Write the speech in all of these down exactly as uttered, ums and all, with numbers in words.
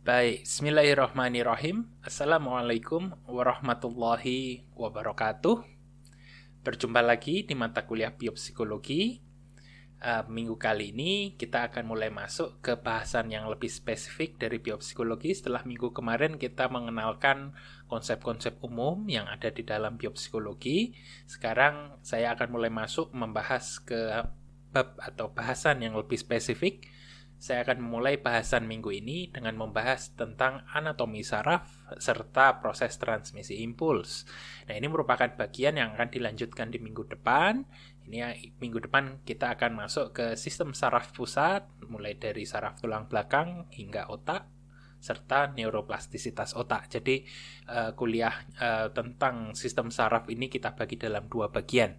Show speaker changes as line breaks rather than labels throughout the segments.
Baik, bismillahirrahmanirrahim. Assalamualaikum warahmatullahi wabarakatuh. Berjumpa lagi di mata kuliah biopsikologi. Uh, minggu kali ini kita akan mulai masuk ke bahasan yang lebih spesifik dari biopsikologi. Setelah minggu kemarin kita mengenalkan konsep-konsep umum yang ada di dalam biopsikologi. Sekarang saya akan mulai masuk membahas ke bab atau bahasan yang lebih spesifik. Saya akan memulai bahasan minggu ini dengan membahas tentang anatomi saraf serta proses transmisi impuls. Nah, ini merupakan bagian yang akan dilanjutkan di minggu depan. Ini minggu depan kita akan masuk ke sistem saraf pusat, mulai dari saraf tulang belakang hingga otak, serta neuroplastisitas otak. Jadi, uh, kuliah uh, tentang sistem saraf ini kita bagi dalam dua bagian.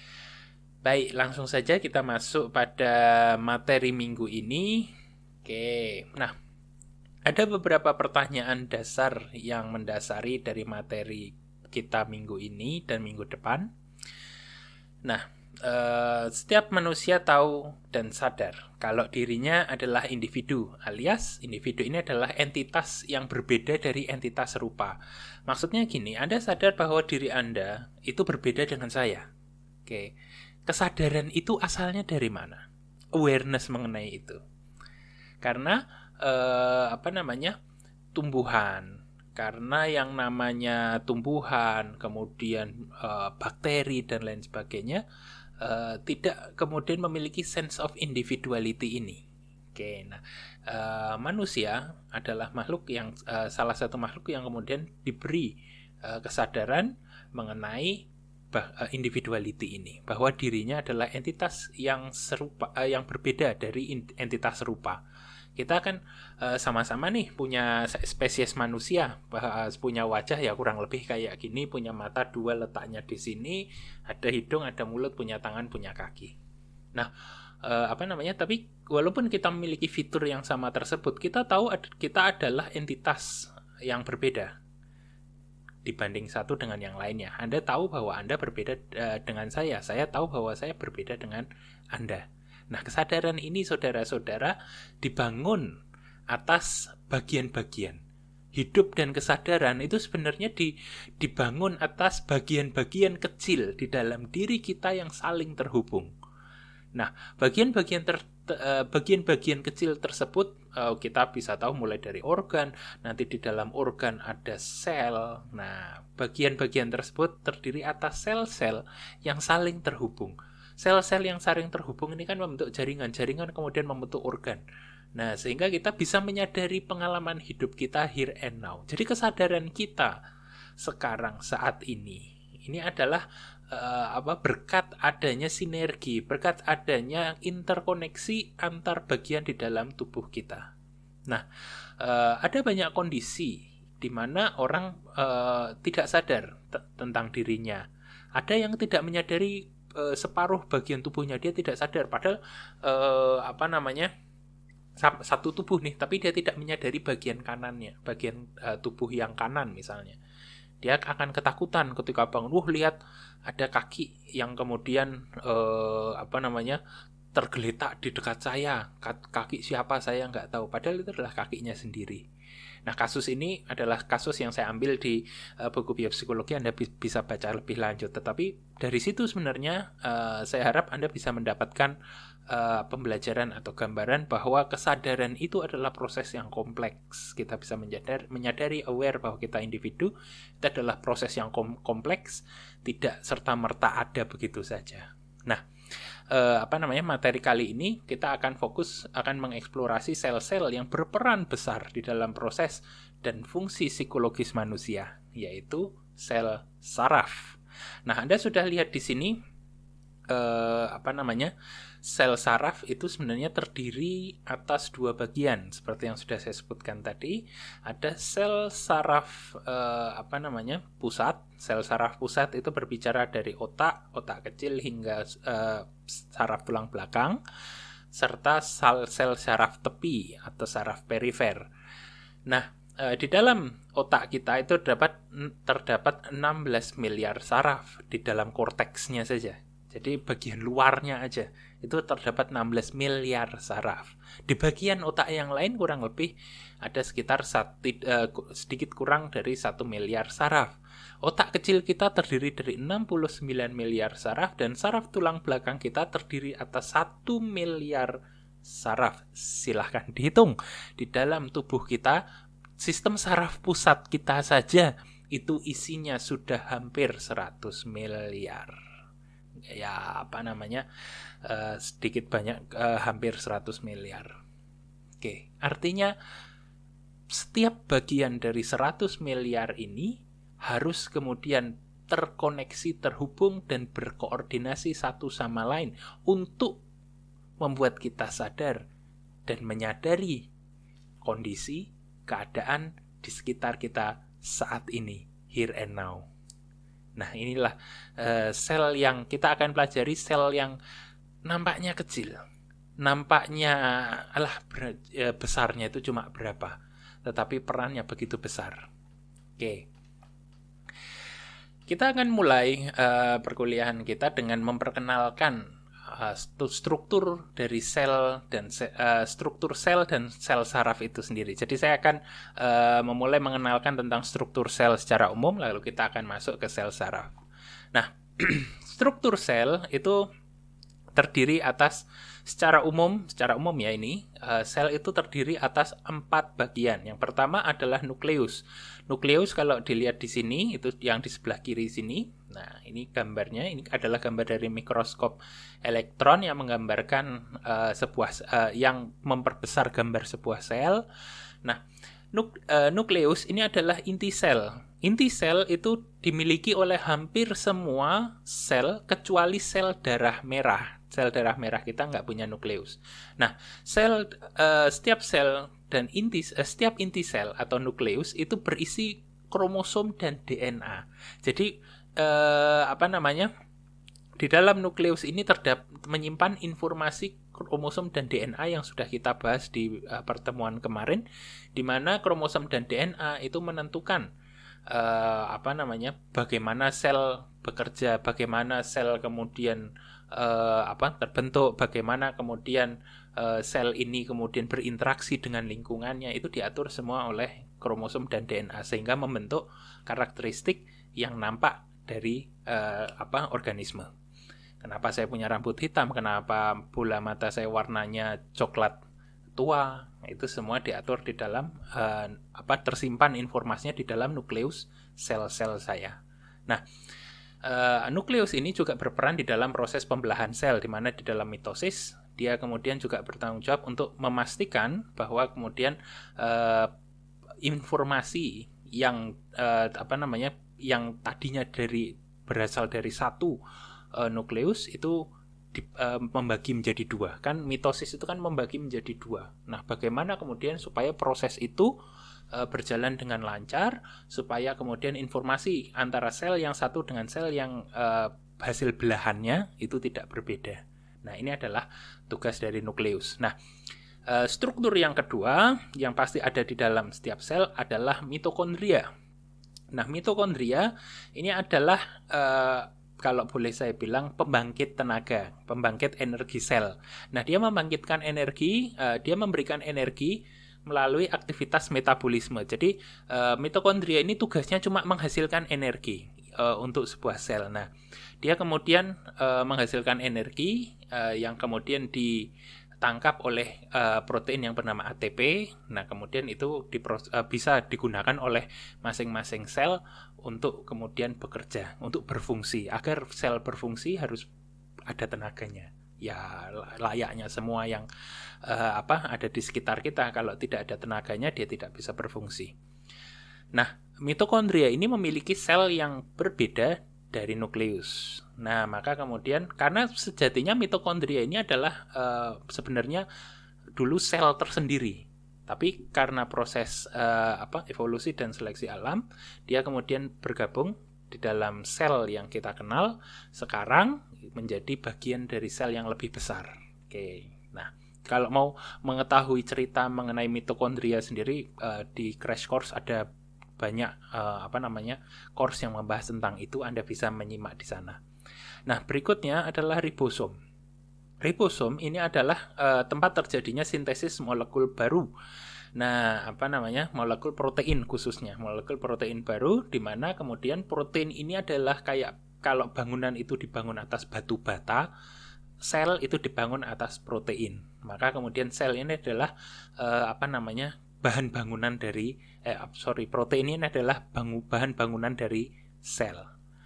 Baik, langsung saja kita masuk pada materi minggu ini. Oke, nah, ada beberapa pertanyaan dasar yang mendasari dari materi kita minggu ini dan minggu depan. Nah, eh, setiap manusia tahu dan sadar kalau dirinya adalah individu, alias individu ini adalah entitas yang berbeda dari entitas serupa. Maksudnya gini, Anda sadar bahwa diri Anda itu berbeda dengan saya. Oke. Kesadaran itu asalnya dari mana? Awareness mengenai itu. Karena eh, apa namanya? tumbuhan. Karena yang namanya tumbuhan, kemudian eh, bakteri dan lain sebagainya eh, tidak kemudian memiliki sense of individuality ini. Oke, nah eh, manusia adalah makhluk yang eh, salah satu makhluk yang kemudian diberi eh, kesadaran mengenai individuality ini, bahwa dirinya adalah entitas yang serupa, uh, yang berbeda dari entitas serupa. Kita kan uh, sama-sama nih punya spesies manusia, uh, punya wajah ya kurang lebih kayak gini, punya mata dua letaknya di sini, ada hidung, ada mulut, punya tangan, punya kaki. Nah, uh, apa namanya? Tapi walaupun kita memiliki fitur yang sama tersebut, kita tahu ad- kita adalah entitas yang berbeda dibanding satu dengan yang lainnya. Anda tahu bahwa Anda berbeda uh, dengan saya. Saya tahu bahwa saya berbeda dengan Anda. Nah, kesadaran ini saudara-saudara dibangun atas bagian-bagian. Hidup dan kesadaran itu sebenarnya di, dibangun atas bagian-bagian kecil di dalam diri kita yang saling terhubung. Nah, bagian-bagian ter, uh, bagian-bagian kecil tersebut uh, kita bisa tahu mulai dari organ, nanti di dalam organ ada sel. Nah, bagian-bagian tersebut terdiri atas sel-sel yang saling terhubung. Sel-sel yang saling terhubung ini kan membentuk jaringan-jaringan kemudian membentuk organ. Nah, sehingga kita bisa menyadari pengalaman hidup kita here and now. Jadi kesadaran kita sekarang saat ini ini adalah uh, apa berkat adanya sinergi, berkat adanya interkoneksi antar bagian di dalam tubuh kita. Nah, uh, ada banyak kondisi di mana orang uh, tidak sadar t- tentang dirinya. Ada yang tidak menyadari uh, separuh bagian tubuhnya, dia tidak sadar padahal uh, apa namanya? satu tubuh nih, tapi dia tidak menyadari bagian kanannya, bagian uh, tubuh yang kanan misalnya. Dia akan ketakutan ketika bangun, wuh lihat ada kaki yang kemudian eh, apa namanya tergeletak di dekat saya. Kaki siapa saya nggak tahu, padahal itu adalah kakinya sendiri. Nah, kasus ini adalah kasus yang saya ambil di uh, buku biopsikologi. Anda bi- bisa baca lebih lanjut. Tetapi dari situ sebenarnya uh, saya harap Anda bisa mendapatkan uh, pembelajaran atau gambaran bahwa kesadaran itu adalah proses yang kompleks. Kita bisa menyadari, menyadari aware bahwa kita individu. Itu adalah proses yang kom- kompleks, tidak serta-merta ada begitu saja. Nah, Uh, apa namanya materi kali ini kita akan fokus akan mengeksplorasi sel-sel yang berperan besar di dalam proses dan fungsi psikologis manusia, yaitu sel saraf. Nah, Anda sudah lihat di sini uh, apa namanya sel saraf itu sebenarnya terdiri atas dua bagian seperti yang sudah saya sebutkan tadi. Ada sel saraf eh, apa namanya pusat. Sel saraf pusat itu berbicara dari otak, otak kecil hingga eh, saraf tulang belakang, serta sel-sel saraf tepi atau saraf perifer. Nah, eh, di dalam otak kita itu dapat terdapat enam belas miliar saraf di dalam korteksnya saja. Jadi bagian luarnya aja itu terdapat enam belas miliar saraf. Di bagian otak yang lain kurang lebih ada sekitar satu, uh, sedikit kurang dari satu miliar saraf. Otak kecil kita terdiri dari enam puluh sembilan miliar saraf dan saraf tulang belakang kita terdiri atas satu miliar saraf. Silahkan dihitung. Di dalam tubuh kita, sistem saraf pusat kita saja itu isinya sudah hampir seratus miliar. Ya apa namanya uh, sedikit banyak uh, hampir seratus miliar. Oke, artinya setiap bagian dari seratus miliar ini harus kemudian terkoneksi, terhubung dan berkoordinasi satu sama lain untuk membuat kita sadar dan menyadari kondisi, keadaan di sekitar kita saat ini, here and now. Nah, inilah uh, sel yang kita akan pelajari, sel yang nampaknya kecil. Nampaknya alah ber, uh, besarnya itu cuma berapa, tetapi perannya begitu besar. Oke. Kita akan mulai uh, perkuliahan kita dengan memperkenalkan uh, struktur dari sel dan uh, struktur sel dan sel saraf itu sendiri. Jadi saya akan uh, memulai mengenalkan tentang struktur sel secara umum, lalu kita akan masuk ke sel saraf. Nah, struktur sel itu terdiri atas secara umum, secara umum ya ini, uh, sel itu terdiri atas empat bagian. Yang pertama adalah nukleus. Nukleus kalau dilihat di sini, itu yang di sebelah kiri sini. Nah, ini gambarnya, ini adalah gambar dari mikroskop elektron yang menggambarkan uh, sebuah, uh, yang memperbesar gambar sebuah sel. Nah, nuk, uh, nukleus ini adalah inti sel. Inti sel itu dimiliki oleh hampir semua sel, kecuali sel darah merah. Sel darah merah kita nggak punya nukleus. Nah, sel uh, setiap sel dan inti uh, setiap inti sel atau nukleus itu berisi kromosom dan D N A. Jadi uh, apa namanya? Di dalam nukleus ini terdapat menyimpan informasi kromosom dan D N A yang sudah kita bahas di uh, pertemuan kemarin, di mana kromosom dan D N A itu menentukan uh, apa namanya? Bagaimana sel bekerja, bagaimana sel kemudian Uh, apa terbentuk, bagaimana kemudian uh, sel ini kemudian berinteraksi dengan lingkungannya, itu diatur semua oleh kromosom dan D N A sehingga membentuk karakteristik yang nampak dari uh, apa organisme. Kenapa saya punya rambut hitam, kenapa bola mata saya warnanya coklat tua, itu semua diatur di dalam uh, apa tersimpan informasinya di dalam nukleus sel-sel saya. Nah, Uh, nukleus ini juga berperan di dalam proses pembelahan sel, di mana di dalam mitosis dia kemudian juga bertanggung jawab untuk memastikan bahwa kemudian uh, informasi yang uh, apa namanya yang tadinya dari berasal dari satu uh, nukleus itu di, uh, membagi menjadi dua. Kan mitosis itu kan membagi menjadi dua. Nah, bagaimana kemudian supaya proses itu berjalan dengan lancar, supaya kemudian informasi antara sel yang satu dengan sel yang uh, hasil belahannya itu tidak berbeda. Nah, ini adalah tugas dari nukleus. Nah, uh, struktur yang kedua yang pasti ada di dalam setiap sel adalah mitokondria. Nah, mitokondria ini adalah uh, kalau boleh saya bilang pembangkit tenaga, pembangkit energi sel. Nah, dia membangkitkan energi, uh, dia memberikan energi melalui aktivitas metabolisme. Jadi uh, mitokondria ini tugasnya cuma menghasilkan energi uh, untuk sebuah sel. Nah, dia kemudian uh, menghasilkan energi uh, yang kemudian ditangkap oleh uh, protein yang bernama A T P. Nah, kemudian itu dipros- uh, bisa digunakan oleh masing-masing sel untuk kemudian bekerja, untuk berfungsi. Agar sel berfungsi harus ada tenaganya. Ya, layaknya semua yang uh, apa ada di sekitar kita. Kalau tidak ada tenaganya, dia tidak bisa berfungsi. Nah, mitokondria ini memiliki sel yang berbeda dari nukleus. Nah, maka kemudian karena sejatinya mitokondria ini adalah uh, sebenarnya dulu sel tersendiri. Tapi karena proses uh, apa evolusi dan seleksi alam, dia kemudian bergabung di dalam sel yang kita kenal sekarang menjadi bagian dari sel yang lebih besar. Oke. Nah, kalau mau mengetahui cerita mengenai mitokondria sendiri uh, di Crash Course ada banyak uh, apa namanya course yang membahas tentang itu, Anda bisa menyimak di sana. Nah, berikutnya adalah ribosom. Ribosom ini adalah uh, tempat terjadinya sintesis molekul baru. Nah, apa namanya? Molekul protein khususnya, molekul protein baru, di mana kemudian protein ini adalah kayak kalau bangunan itu dibangun atas batu bata, sel itu dibangun atas protein. Maka kemudian sel ini adalah uh, apa namanya? bahan bangunan dari eh sorry, protein ini adalah bangu, bahan bangunan dari sel.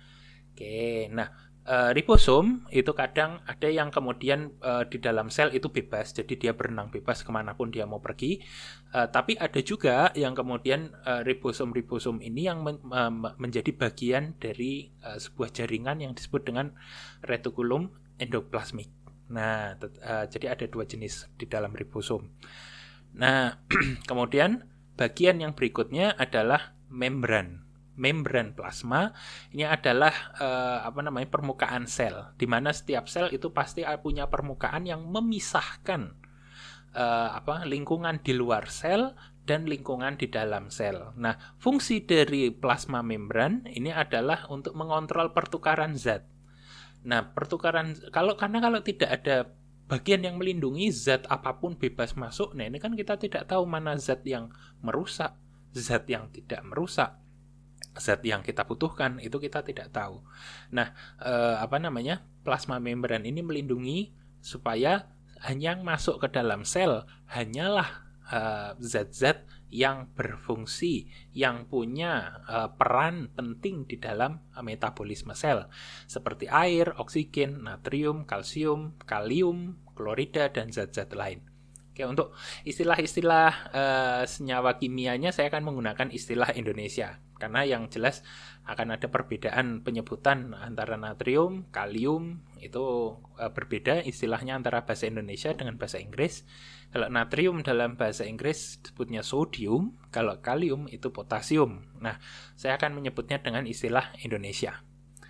Oke, nah Uh, ribosom itu kadang ada yang kemudian uh, di dalam sel itu bebas, jadi dia berenang bebas kemanapun dia mau pergi. Uh, tapi ada juga yang kemudian uh, ribosom-ribosom ini yang men- uh, menjadi bagian dari uh, sebuah jaringan yang disebut dengan retikulum endoplasmik. Nah, tet- uh, jadi ada dua jenis di dalam ribosom. Nah, kemudian bagian yang berikutnya adalah membran. Membran plasma ini adalah uh, apa namanya permukaan sel, di mana setiap sel itu pasti punya permukaan yang memisahkan uh, apa lingkungan di luar sel dan lingkungan di dalam sel. Nah, fungsi dari plasma membran ini adalah untuk mengontrol pertukaran zat. Nah, pertukaran kalau karena kalau tidak ada bagian yang melindungi, zat apapun bebas masuk. Nah, ini kan kita tidak tahu mana zat yang merusak, zat yang tidak merusak. Zat yang kita butuhkan itu kita tidak tahu. Nah, eh, apa namanya plasma membran ini melindungi supaya hanya yang masuk ke dalam sel hanyalah eh, zat-zat yang berfungsi, yang punya eh, peran penting di dalam metabolisme sel, seperti air, oksigen, natrium, kalsium, kalium, klorida, dan zat-zat lain. Oke, untuk istilah-istilah uh, senyawa kimianya saya akan menggunakan istilah Indonesia, karena yang jelas akan ada perbedaan penyebutan antara natrium, kalium, itu uh, berbeda istilahnya antara bahasa Indonesia dengan bahasa Inggris. Kalau natrium dalam bahasa Inggris disebutnya sodium, kalau kalium itu potasium. Nah, saya akan menyebutnya dengan istilah Indonesia.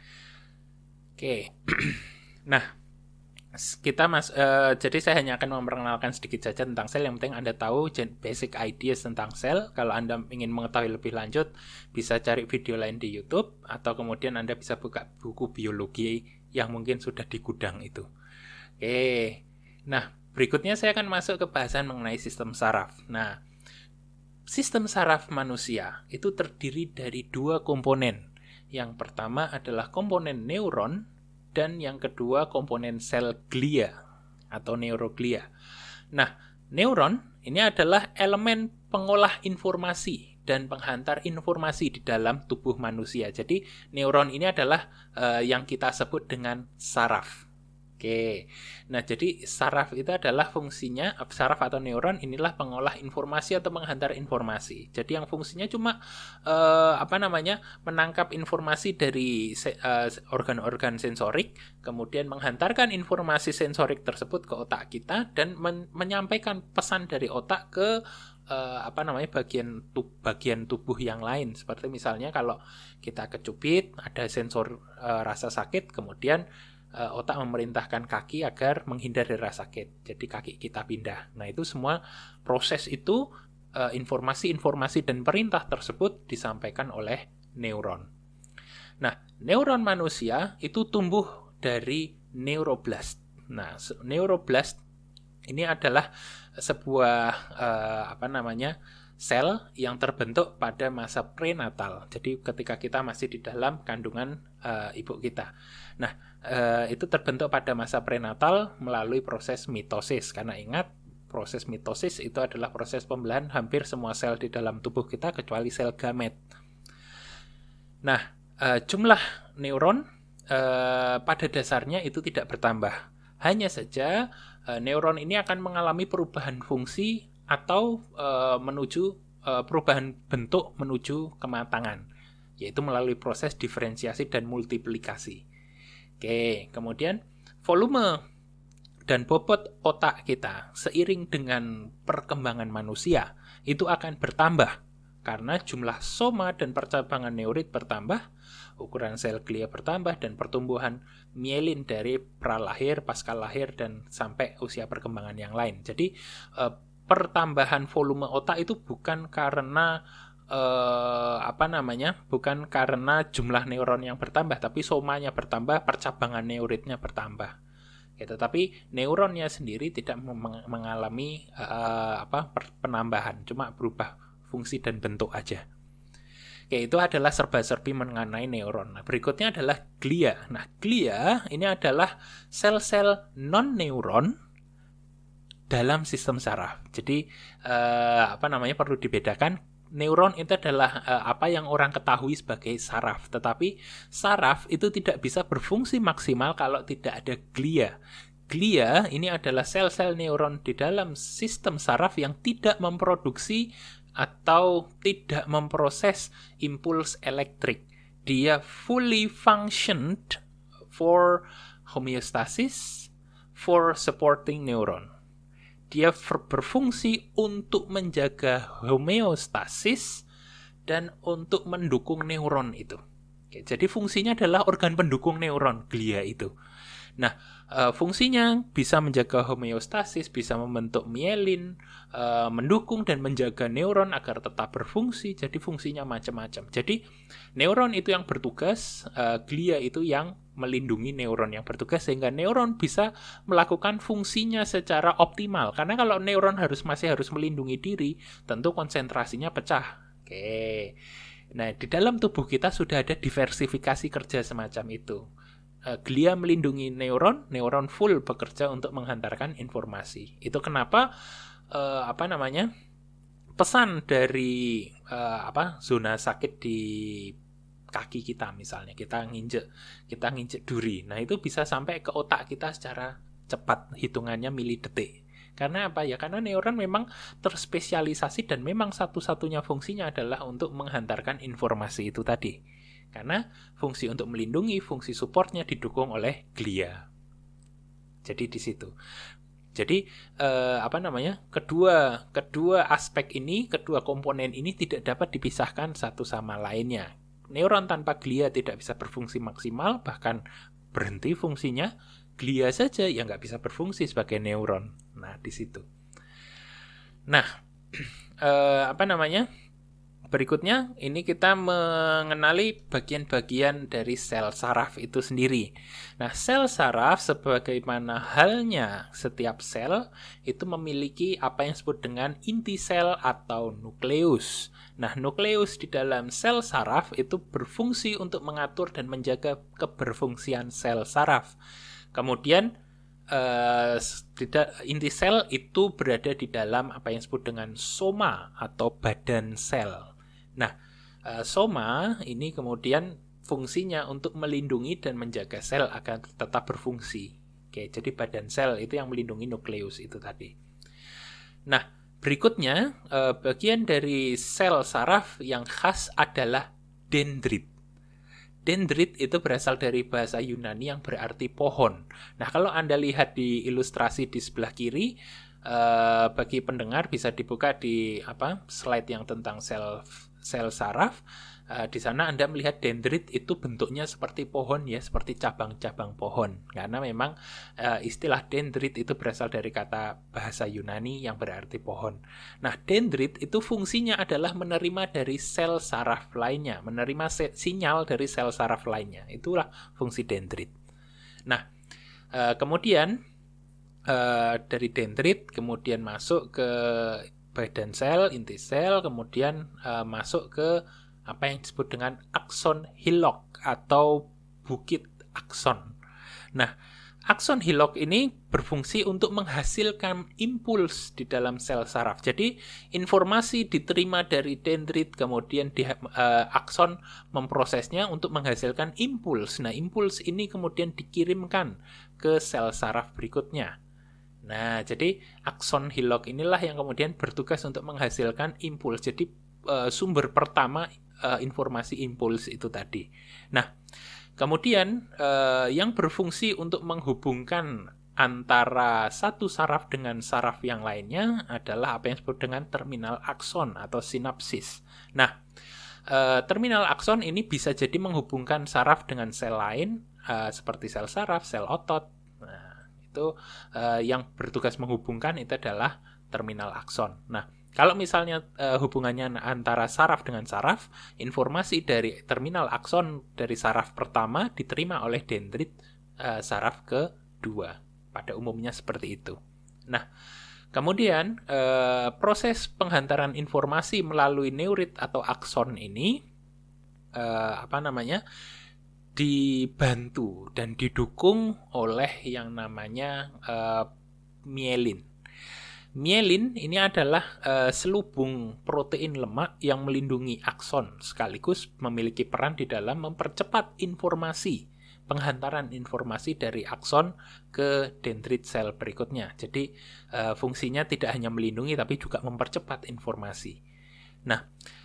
Oke, nah, kita mas uh, jadi saya hanya akan memperkenalkan sedikit saja tentang sel. Yang penting Anda tahu basic ideas tentang sel. Kalau Anda ingin mengetahui lebih lanjut, bisa cari video lain di YouTube, atau kemudian Anda bisa buka buku biologi yang mungkin sudah di gudang itu. Oke, nah berikutnya saya akan masuk ke bahasan mengenai sistem saraf. Nah, sistem saraf manusia itu terdiri dari dua komponen. Yang pertama adalah komponen neuron, dan yang kedua komponen sel glia atau neuroglia. Nah, neuron ini adalah elemen pengolah informasi dan penghantar informasi di dalam tubuh manusia. Jadi, neuron ini adalah uh, yang kita sebut dengan saraf. Oke, nah jadi saraf itu adalah fungsinya, saraf atau neuron inilah pengolah informasi atau menghantar informasi. Jadi yang fungsinya cuma eh, apa namanya menangkap informasi dari eh, organ-organ sensorik, kemudian menghantarkan informasi sensorik tersebut ke otak kita dan men- menyampaikan pesan dari otak ke eh, apa namanya bagian tu- bagian tubuh yang lain. Seperti misalnya kalau kita kecubit, ada sensor eh, rasa sakit, kemudian Uh, otak memerintahkan kaki agar menghindar dari rasa sakit. Jadi kaki kita pindah. Nah, itu semua proses itu uh, informasi-informasi dan perintah tersebut disampaikan oleh neuron. Nah, neuron manusia itu tumbuh dari neuroblast. Nah, neuroblast ini adalah sebuah uh, apa namanya sel yang terbentuk pada masa prenatal. Jadi ketika kita masih di dalam kandungan uh, ibu kita. Nah, uh, itu terbentuk pada masa prenatal melalui proses mitosis. Karena ingat, proses mitosis itu adalah proses pembelahan hampir semua sel di dalam tubuh kita kecuali sel gamet. Nah, uh, jumlah neuron uh, pada dasarnya itu tidak bertambah. Hanya saja uh, neuron ini akan mengalami perubahan fungsi atau uh, menuju uh, perubahan bentuk menuju kematangan, yaitu melalui proses diferensiasi dan multiplikasi. Oke, kemudian volume dan bobot otak kita seiring dengan perkembangan manusia itu akan bertambah karena jumlah soma dan percabangan neurit bertambah, ukuran sel glia bertambah, dan pertumbuhan mielin dari pralahir, pascalahir, dan sampai usia perkembangan yang lain. Jadi uh, pertambahan volume otak itu bukan karena eh, apa namanya? Bukan karena jumlah neuron yang bertambah, tapi somanya bertambah, percabangan neuritnya bertambah. Gitu. Tapi neuronnya sendiri tidak mengalami uh, apa penambahan, cuma berubah fungsi dan bentuk aja. Oke, itu adalah serba-serbi mengenai neuron. Nah, berikutnya adalah glia. Nah, glia ini adalah sel-sel non-neuron dalam sistem saraf. Jadi uh, apa namanya perlu dibedakan. Neuron itu adalah uh, apa yang orang ketahui sebagai saraf. Tetapi saraf itu tidak bisa berfungsi maksimal kalau tidak ada glia. Glia ini adalah sel-sel neuron di dalam sistem saraf yang tidak memproduksi atau tidak memproses impuls elektrik. Dia fully functioned for homeostasis, for supporting neuron. Dia berfungsi untuk menjaga homeostasis dan untuk mendukung neuron itu. Oke, jadi fungsinya adalah organ pendukung neuron, glia itu. Nah, uh, fungsinya bisa menjaga homeostasis, bisa membentuk mielin, uh, mendukung dan menjaga neuron agar tetap berfungsi. Jadi fungsinya macam-macam. Jadi neuron itu yang bertugas, uh, glia itu yang melindungi neuron yang bertugas sehingga neuron bisa melakukan fungsinya secara optimal. Karena kalau neuron harus masih harus melindungi diri, tentu konsentrasinya pecah. Oke. Nah, di dalam tubuh kita sudah ada diversifikasi kerja semacam itu. Glia melindungi neuron, neuron full bekerja untuk menghantarkan informasi. Itu kenapa uh, apa namanya pesan dari uh, apa zona sakit di kaki kita misalnya, kita nginjek kita nginjek duri. Nah, itu bisa sampai ke otak kita secara cepat, hitungannya milidetik. Karena apa ya? Karena neuron memang terspesialisasi dan memang satu-satunya fungsinya adalah untuk menghantarkan informasi itu tadi. Karena fungsi untuk melindungi, fungsi supportnya didukung oleh glia. Jadi di situ. Jadi eh, apa namanya? Kedua kedua aspek ini, kedua komponen ini tidak dapat dipisahkan satu sama lainnya. Neuron tanpa glia tidak bisa berfungsi maksimal, bahkan berhenti fungsinya. Glia saja yang nggak bisa berfungsi sebagai neuron. Nah, di situ. Nah, eh, apa namanya? Berikutnya, ini kita mengenali bagian-bagian dari sel saraf itu sendiri. Nah, sel saraf sebagaimana halnya setiap sel itu memiliki apa yang disebut dengan inti sel atau nukleus. Nah, nukleus di dalam sel saraf itu berfungsi untuk mengatur dan menjaga keberfungsian sel saraf. Kemudian, uh, inti sel itu berada di dalam apa yang disebut dengan soma atau badan sel. Nah, uh, soma ini kemudian fungsinya untuk melindungi dan menjaga sel agar tetap berfungsi. Oke, jadi badan sel itu yang melindungi nukleus itu tadi. Nah, berikutnya uh, bagian dari sel saraf yang khas adalah dendrit. Dendrit itu berasal dari bahasa Yunani yang berarti pohon. Nah, kalau Anda lihat di ilustrasi di sebelah kiri, eh, bagi pendengar bisa dibuka di apa slide yang tentang sel sel saraf. Uh, di sana Anda melihat dendrit itu bentuknya seperti pohon ya, seperti cabang-cabang pohon. Karena memang uh, istilah dendrit itu berasal dari kata bahasa Yunani yang berarti pohon. Nah, dendrit itu fungsinya adalah menerima dari sel saraf lainnya, menerima se- sinyal dari sel saraf lainnya. Itulah fungsi dendrit. Nah, uh, kemudian uh, dari dendrit kemudian masuk ke badan sel, inti sel, kemudian uh, masuk ke apa yang disebut dengan akson hillock atau bukit akson. Nah, akson hillock ini berfungsi untuk menghasilkan impuls di dalam sel saraf. Jadi, informasi diterima dari dendrit, kemudian di, uh, akson memprosesnya untuk menghasilkan impuls. Nah, impuls ini kemudian dikirimkan ke sel saraf berikutnya. Nah, jadi akson hillock inilah yang kemudian bertugas untuk menghasilkan impuls. Jadi, uh, sumber pertama Uh, informasi impuls itu tadi. Nah, kemudian uh, yang berfungsi untuk menghubungkan antara satu saraf dengan saraf yang lainnya adalah apa yang disebut dengan terminal akson atau sinapsis. Nah, uh, terminal akson ini bisa jadi menghubungkan saraf dengan sel lain, uh, seperti sel saraf, sel otot. Nah, itu uh, yang bertugas menghubungkan itu adalah terminal akson. Nah, Kalau misalnya uh, hubungannya antara saraf dengan saraf, informasi dari terminal akson dari saraf pertama diterima oleh dendrit uh, saraf kedua. Pada umumnya seperti itu. Nah, kemudian uh, proses penghantaran informasi melalui neurit atau akson ini uh, apa namanya? dibantu dan didukung oleh yang namanya uh, mielin. Mielin ini adalah uh, selubung protein lemak yang melindungi akson, sekaligus memiliki peran di dalam mempercepat informasi, penghantaran informasi dari akson ke dendrit sel berikutnya. Jadi uh, fungsinya tidak hanya melindungi tapi juga mempercepat informasi. Nah,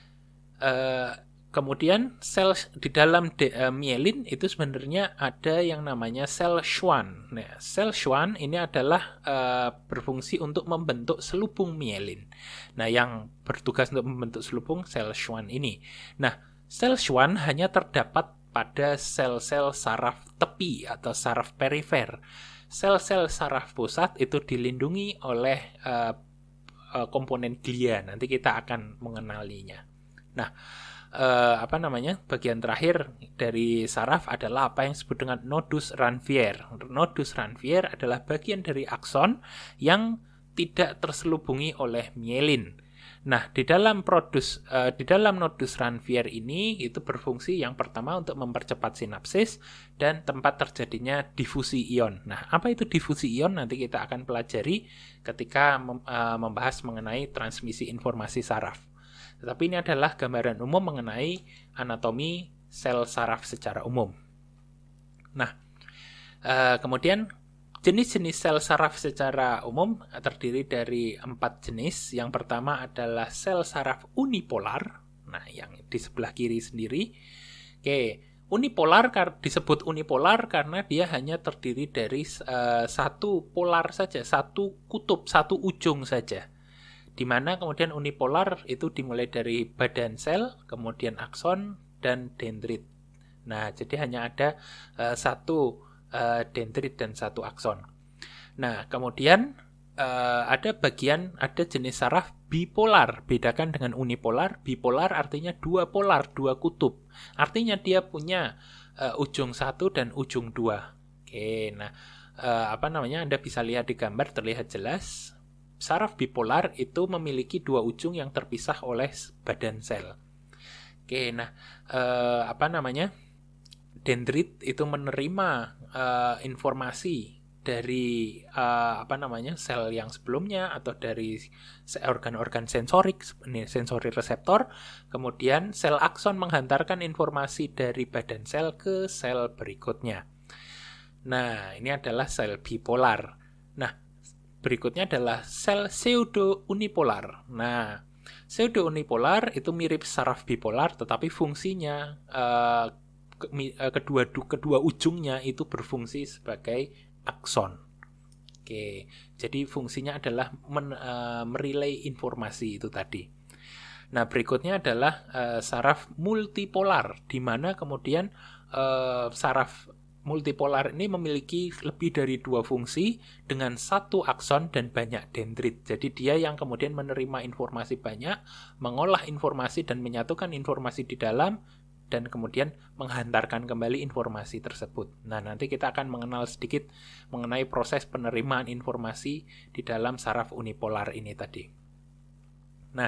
uh, kemudian sel di dalam de, uh, mielin itu sebenarnya ada yang namanya sel Schwann. Nah, sel Schwann ini adalah uh, berfungsi untuk membentuk selubung mielin. Nah, yang bertugas untuk membentuk selubung sel Schwann ini. Nah, sel Schwann hanya terdapat pada sel-sel saraf tepi atau saraf perifer. Sel-sel saraf pusat itu dilindungi oleh uh, uh, komponen glia. Nanti kita akan mengenalinya. Nah, Uh, apa namanya bagian terakhir dari saraf adalah apa yang disebut dengan nodus Ranvier. Nodus Ranvier adalah bagian dari akson yang tidak terselubungi oleh mielin. Nah, di dalam produs uh, di dalam nodus Ranvier ini itu berfungsi yang pertama untuk mempercepat sinapsis dan tempat terjadinya difusi ion. Nah, apa itu difusi ion? Nanti kita akan pelajari ketika mem uh, membahas mengenai transmisi informasi saraf. Tetapi ini adalah gambaran umum mengenai anatomi sel saraf secara umum. Nah, eh, kemudian jenis-jenis sel saraf secara umum terdiri dari empat jenis. Yang pertama adalah sel saraf unipolar. Nah, yang di sebelah kiri sendiri. Oke, unipolar disebut unipolar karena dia hanya terdiri dari uh, satu polar saja, satu kutub, satu ujung saja. Di mana kemudian unipolar itu dimulai dari badan sel, kemudian akson, dan dendrit. Nah, jadi hanya ada uh, satu uh, dendrit dan satu akson. Nah, kemudian uh, ada bagian, ada jenis saraf bipolar. Bedakan dengan unipolar. Bipolar artinya dua polar, dua kutub. Artinya dia punya uh, ujung satu dan ujung dua. Oke, nah uh, apa namanya? Anda bisa lihat di gambar, terlihat jelas. Saraf bipolar itu memiliki dua ujung yang terpisah oleh badan sel. Oke, nah eh, apa namanya? Dendrit itu menerima eh, informasi dari eh, apa namanya? Sel yang sebelumnya atau dari organ-organ sensorik, sensori reseptor. Kemudian sel akson menghantarkan informasi dari badan sel ke sel berikutnya. Nah, ini adalah sel bipolar. Nah, berikutnya adalah sel pseudo-unipolar. Nah, pseudo-unipolar itu mirip saraf bipolar, tetapi fungsinya uh, ke, uh, kedua kedua ujungnya itu berfungsi sebagai akson. Oke, jadi fungsinya adalah men, uh, merelay informasi itu tadi. Nah, berikutnya adalah uh, saraf multipolar, di mana kemudian uh, saraf multipolar ini memiliki lebih dari dua fungsi dengan satu akson dan banyak dendrit. Jadi dia yang kemudian menerima informasi banyak, mengolah informasi dan menyatukan informasi di dalam, dan kemudian menghantarkan kembali informasi tersebut. Nah, nanti kita akan mengenal sedikit mengenai proses penerimaan informasi di dalam saraf unipolar ini tadi. Nah,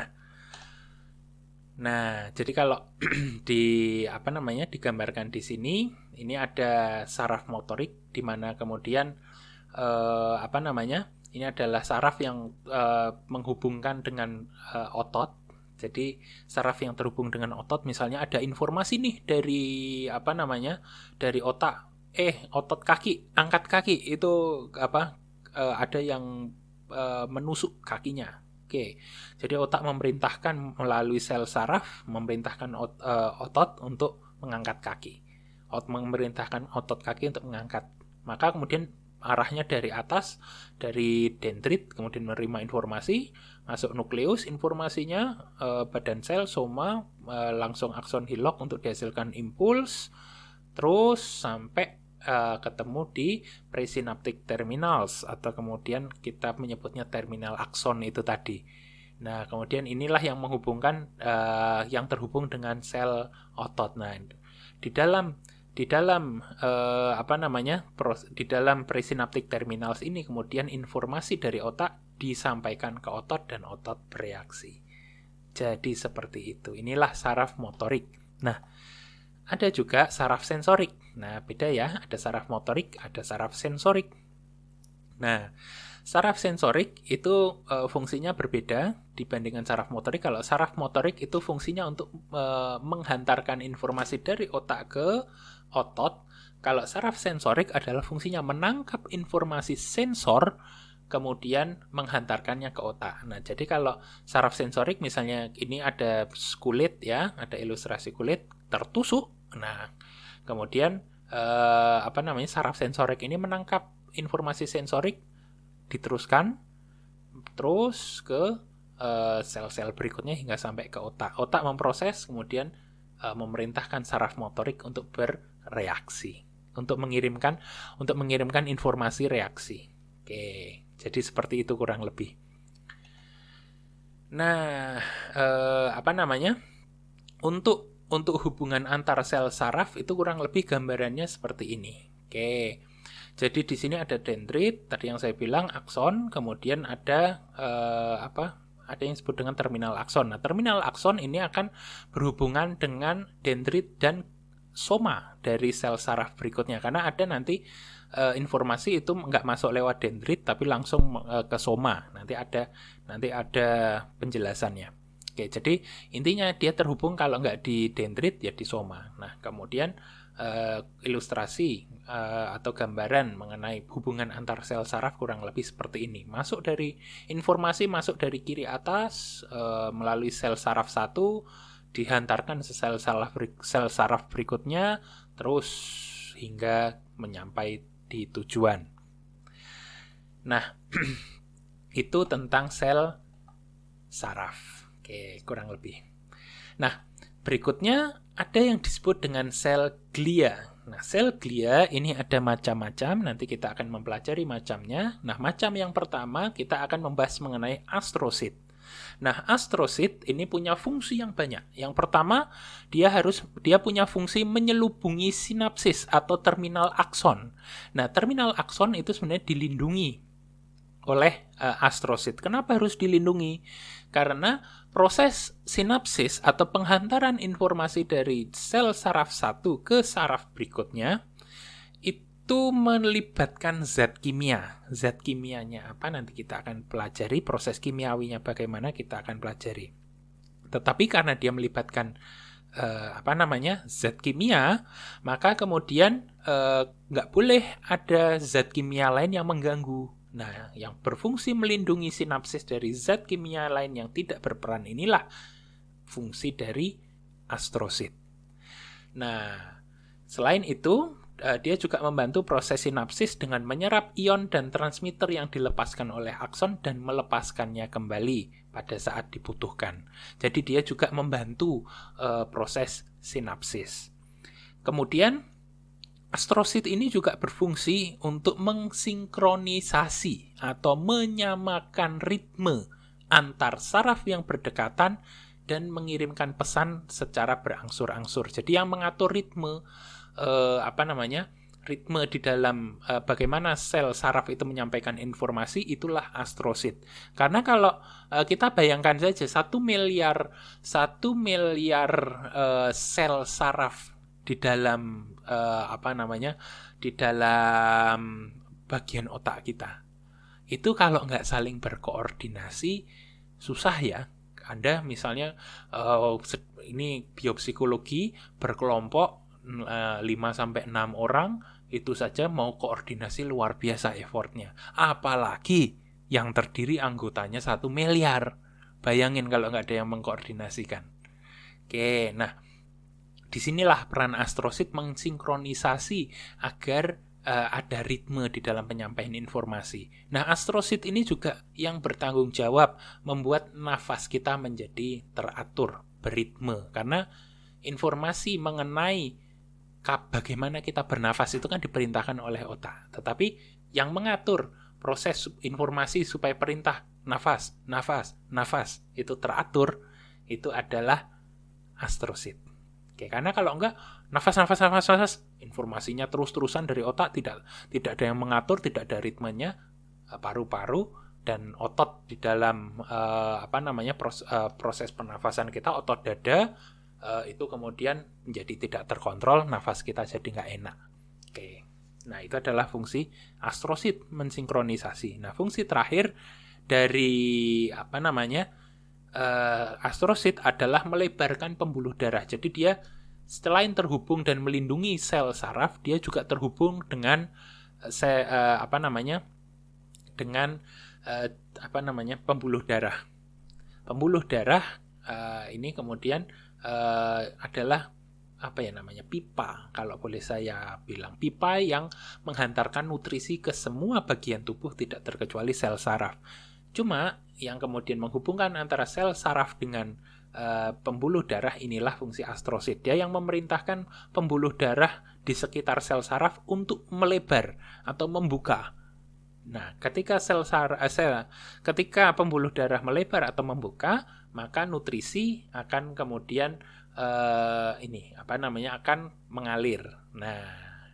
Nah, jadi kalau di apa namanya digambarkan di sini, ini ada saraf motorik di mana kemudian eh, apa namanya? Ini adalah saraf yang eh, menghubungkan dengan eh, otot. Jadi saraf yang terhubung dengan otot, misalnya ada informasi nih dari apa namanya? Dari otak, eh otot kaki, angkat kaki itu apa? Eh, ada yang eh, menusuk kakinya. Oke, jadi otak memerintahkan melalui sel saraf, memerintahkan ot, uh, otot untuk mengangkat kaki. Otot memerintahkan otot kaki untuk mengangkat. Maka kemudian arahnya dari atas, dari dendrit, kemudian menerima informasi, masuk nukleus informasinya, uh, badan sel, soma, uh, langsung akson hillock untuk dihasilkan impuls, terus sampai Uh, ketemu di presynaptic terminals atau kemudian kita menyebutnya terminal akson itu tadi. Nah, kemudian inilah yang menghubungkan uh, yang terhubung dengan sel otot. Nah, di dalam di dalam uh, apa namanya? Pros, di dalam presynaptic terminals ini kemudian informasi dari otak disampaikan ke otot dan otot bereaksi. Jadi seperti itu. Inilah saraf motorik. Nah, ada juga saraf sensorik. Nah, beda ya. Ada saraf motorik, ada saraf sensorik. Nah, saraf sensorik itu e, fungsinya berbeda dibandingkan saraf motorik. Kalau saraf motorik itu fungsinya untuk e, menghantarkan informasi dari otak ke otot. Kalau saraf sensorik adalah fungsinya menangkap informasi sensor kemudian menghantarkannya ke otak. Nah, jadi kalau saraf sensorik misalnya ini ada kulit ya, ada ilustrasi kulit tertusuk. Nah, kemudian eh, apa namanya saraf sensorik ini menangkap informasi sensorik, diteruskan terus ke eh, sel-sel berikutnya hingga sampai ke otak. Otak memproses, kemudian eh, memerintahkan saraf motorik untuk bereaksi, untuk mengirimkan untuk mengirimkan informasi reaksi. Oke. Jadi seperti itu kurang lebih. Nah, eh, apa namanya? Untuk untuk hubungan antar sel saraf itu kurang lebih gambarannya seperti ini. Oke. Jadi di sini ada dendrit, tadi yang saya bilang akson, kemudian ada eh, apa? Ada yang disebut dengan terminal akson. Nah, terminal akson ini akan berhubungan dengan dendrit dan soma dari sel saraf berikutnya, karena ada nanti Uh, informasi itu nggak masuk lewat dendrit tapi langsung uh, ke soma. Nanti ada nanti ada penjelasannya. Oke, jadi intinya dia terhubung kalau nggak di dendrit ya di soma. Nah, kemudian uh, ilustrasi uh, atau gambaran mengenai hubungan antar sel saraf kurang lebih seperti ini. Masuk dari informasi masuk dari kiri atas uh, melalui sel saraf satu, dihantarkan ke sel saraf sel saraf berikutnya, terus hingga menyampai di tujuan. Nah, itu tentang sel saraf. Oke, kurang lebih. Nah, berikutnya ada yang disebut dengan sel glia. Nah, sel glia ini ada macam-macam, nanti kita akan mempelajari macamnya. Nah, macam yang pertama kita akan membahas mengenai astrosit. Nah, astrosit ini punya fungsi yang banyak. Yang pertama, dia harus dia punya fungsi menyelubungi sinapsis atau terminal akson. Nah, terminal akson itu sebenarnya dilindungi oleh uh, astrosit. Kenapa harus dilindungi? Karena proses sinapsis atau penghantaran informasi dari sel saraf satu ke saraf berikutnya itu melibatkan zat kimia. Zat kimianya apa nanti kita akan pelajari, proses kimiawinya bagaimana kita akan pelajari. Tetapi karena dia melibatkan uh, apa namanya zat kimia, maka kemudian uh, nggak boleh ada zat kimia lain yang mengganggu. Nah, yang berfungsi melindungi sinapsis dari zat kimia lain yang tidak berperan inilah fungsi dari astrosit. Nah, selain itu dia juga membantu proses sinapsis dengan menyerap ion dan transmitter yang dilepaskan oleh akson dan melepaskannya kembali pada saat dibutuhkan. Jadi dia juga membantu uh, proses sinapsis. Kemudian astrosit ini juga berfungsi untuk mensinkronisasi atau menyamakan ritme antar saraf yang berdekatan dan mengirimkan pesan secara berangsur-angsur. Jadi yang mengatur ritme Uh, apa namanya ritme di dalam uh, bagaimana sel saraf itu menyampaikan informasi itulah astrosit. Karena kalau uh, kita bayangkan saja satu miliar satu miliar uh, sel saraf di dalam uh, apa namanya di dalam bagian otak kita, itu kalau nggak saling berkoordinasi susah ya. Anda misalnya uh, ini biopsikologi berkelompok lima sampai enam orang, itu saja mau koordinasi luar biasa effortnya. Apalagi yang terdiri anggotanya satu miliar. Bayangin kalau nggak ada yang mengkoordinasikan. Oke, nah disinilah peran astrosit mensinkronisasi agar uh, ada ritme di dalam penyampaian informasi. Nah, astrosit ini juga yang bertanggung jawab membuat nafas kita menjadi teratur, beritme. Karena informasi mengenai bagaimana kita bernafas itu kan diperintahkan oleh otak. Tetapi yang mengatur proses informasi supaya perintah nafas, nafas, nafas, itu teratur, itu adalah astrosit. Oke, karena kalau enggak nafas, nafas, nafas, nafas, informasinya terus-terusan dari otak, tidak tidak ada yang mengatur, tidak ada ritmenya, paru-paru dan otot di dalam uh, apa namanya proses, uh, proses pernafasan kita, otot dada uh, itu kemudian menjadi tidak terkontrol, nafas kita jadi nggak enak. Oke. Nah, itu adalah fungsi astrosit, mensinkronisasi. Nah, fungsi terakhir dari apa namanya uh, astrosit adalah melebarkan pembuluh darah. Jadi dia selain terhubung dan melindungi sel saraf, dia juga terhubung dengan se, uh, apa namanya dengan uh, apa namanya pembuluh darah. Pembuluh darah uh, ini kemudian uh, adalah apa ya namanya pipa, kalau boleh saya bilang, pipa yang menghantarkan nutrisi ke semua bagian tubuh tidak terkecuali sel saraf. Cuma yang kemudian menghubungkan antara sel saraf dengan uh, pembuluh darah inilah fungsi astrosit. Dia yang memerintahkan pembuluh darah di sekitar sel saraf untuk melebar atau membuka. Nah, ketika sel saraf, sel, ketika pembuluh darah melebar atau membuka, maka nutrisi akan kemudian Uh, ini apa namanya akan mengalir. Nah,